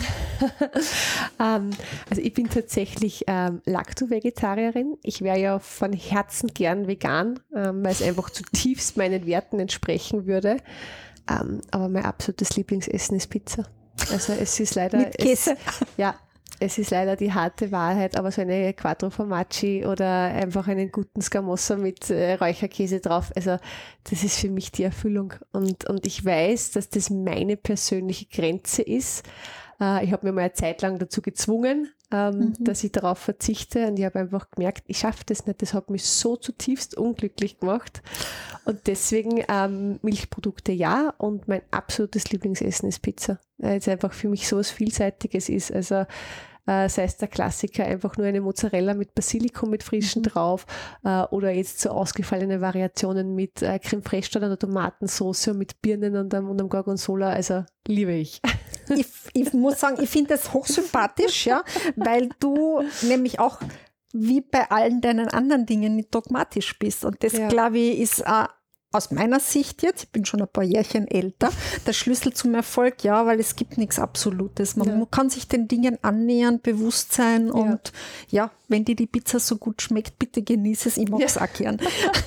Speaker 3: Also ich bin tatsächlich Lacto-Vegetarierin. Ich wäre ja von Herzen gern vegan, weil es einfach zutiefst meinen Werten entsprechen würde. Aber mein absolutes Lieblingsessen ist Pizza. Also es ist leider...
Speaker 2: Mit Käse?
Speaker 3: Es ist leider die harte Wahrheit, aber so eine Quattro Formaggi oder einfach einen guten Scamossa mit Räucherkäse drauf, also das ist für mich die Erfüllung. Und ich weiß, dass das meine persönliche Grenze ist. Ich habe mir mal eine Zeit lang dazu gezwungen, dass ich darauf verzichte und ich habe einfach gemerkt, ich schaffe das nicht. Das hat mich so zutiefst unglücklich gemacht und deswegen Milchprodukte ja und mein absolutes Lieblingsessen ist Pizza, weil es einfach für mich so was Vielseitiges ist. Also sei es der Klassiker, einfach nur eine Mozzarella mit Basilikum mit frischen drauf oder jetzt so ausgefallene Variationen mit Creme Fraiche oder Tomatensauce und mit Birnen und einem Gorgonzola, also liebe ich.
Speaker 2: Ich muss sagen, ich finde das hochsympathisch, ja, weil du nämlich auch wie bei allen deinen anderen Dingen nicht dogmatisch bist und das, glaube ich, ist aus meiner Sicht jetzt, ich bin schon ein paar Jährchen älter, der Schlüssel zum Erfolg, ja, weil es gibt nichts Absolutes. Man kann sich den Dingen annähern, bewusst sein und wenn dir die Pizza so gut schmeckt, bitte genieße es, ich mag es auch gern.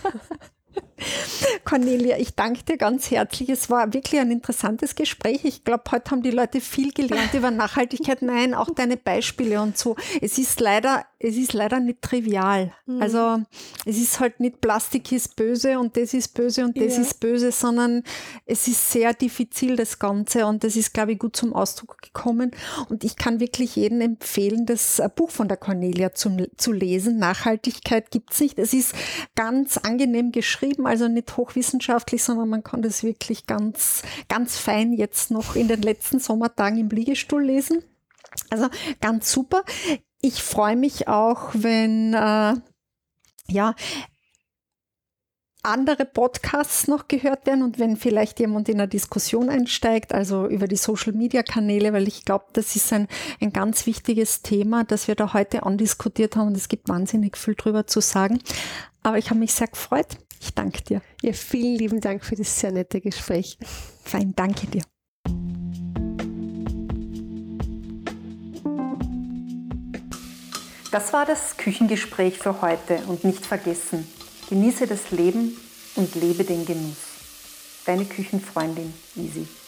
Speaker 2: Cornelia, ich danke dir ganz herzlich. Es war wirklich ein interessantes Gespräch. Ich glaube, heute haben die Leute viel gelernt über Nachhaltigkeit. Nein, auch deine Beispiele und so. Es ist leider nicht trivial. Also es ist halt nicht Plastik ist böse und das ist böse und das ist böse, sondern es ist sehr diffizil, das Ganze. Und das ist, glaube ich, gut zum Ausdruck gekommen. Und ich kann wirklich jedem empfehlen, das Buch von der Cornelia zu lesen. Nachhaltigkeit gibt's nicht. Es ist ganz angenehm geschrieben, also nicht hochwissenschaftlich, sondern man kann das wirklich ganz, ganz fein jetzt noch in den letzten Sommertagen im Liegestuhl lesen. Also ganz super. Ich freue mich auch, wenn andere Podcasts noch gehört werden und wenn vielleicht jemand in eine Diskussion einsteigt, also über die Social-Media-Kanäle, weil ich glaube, das ist ein ganz wichtiges Thema, das wir da heute andiskutiert haben und es gibt wahnsinnig viel drüber zu sagen. Aber ich habe mich sehr gefreut. Ich danke dir.
Speaker 3: Ja, vielen lieben Dank für das sehr nette Gespräch.
Speaker 2: Fein, danke dir. Das war das Küchengespräch für heute und nicht vergessen, genieße das Leben und lebe den Genuss. Deine Küchenfreundin Isi.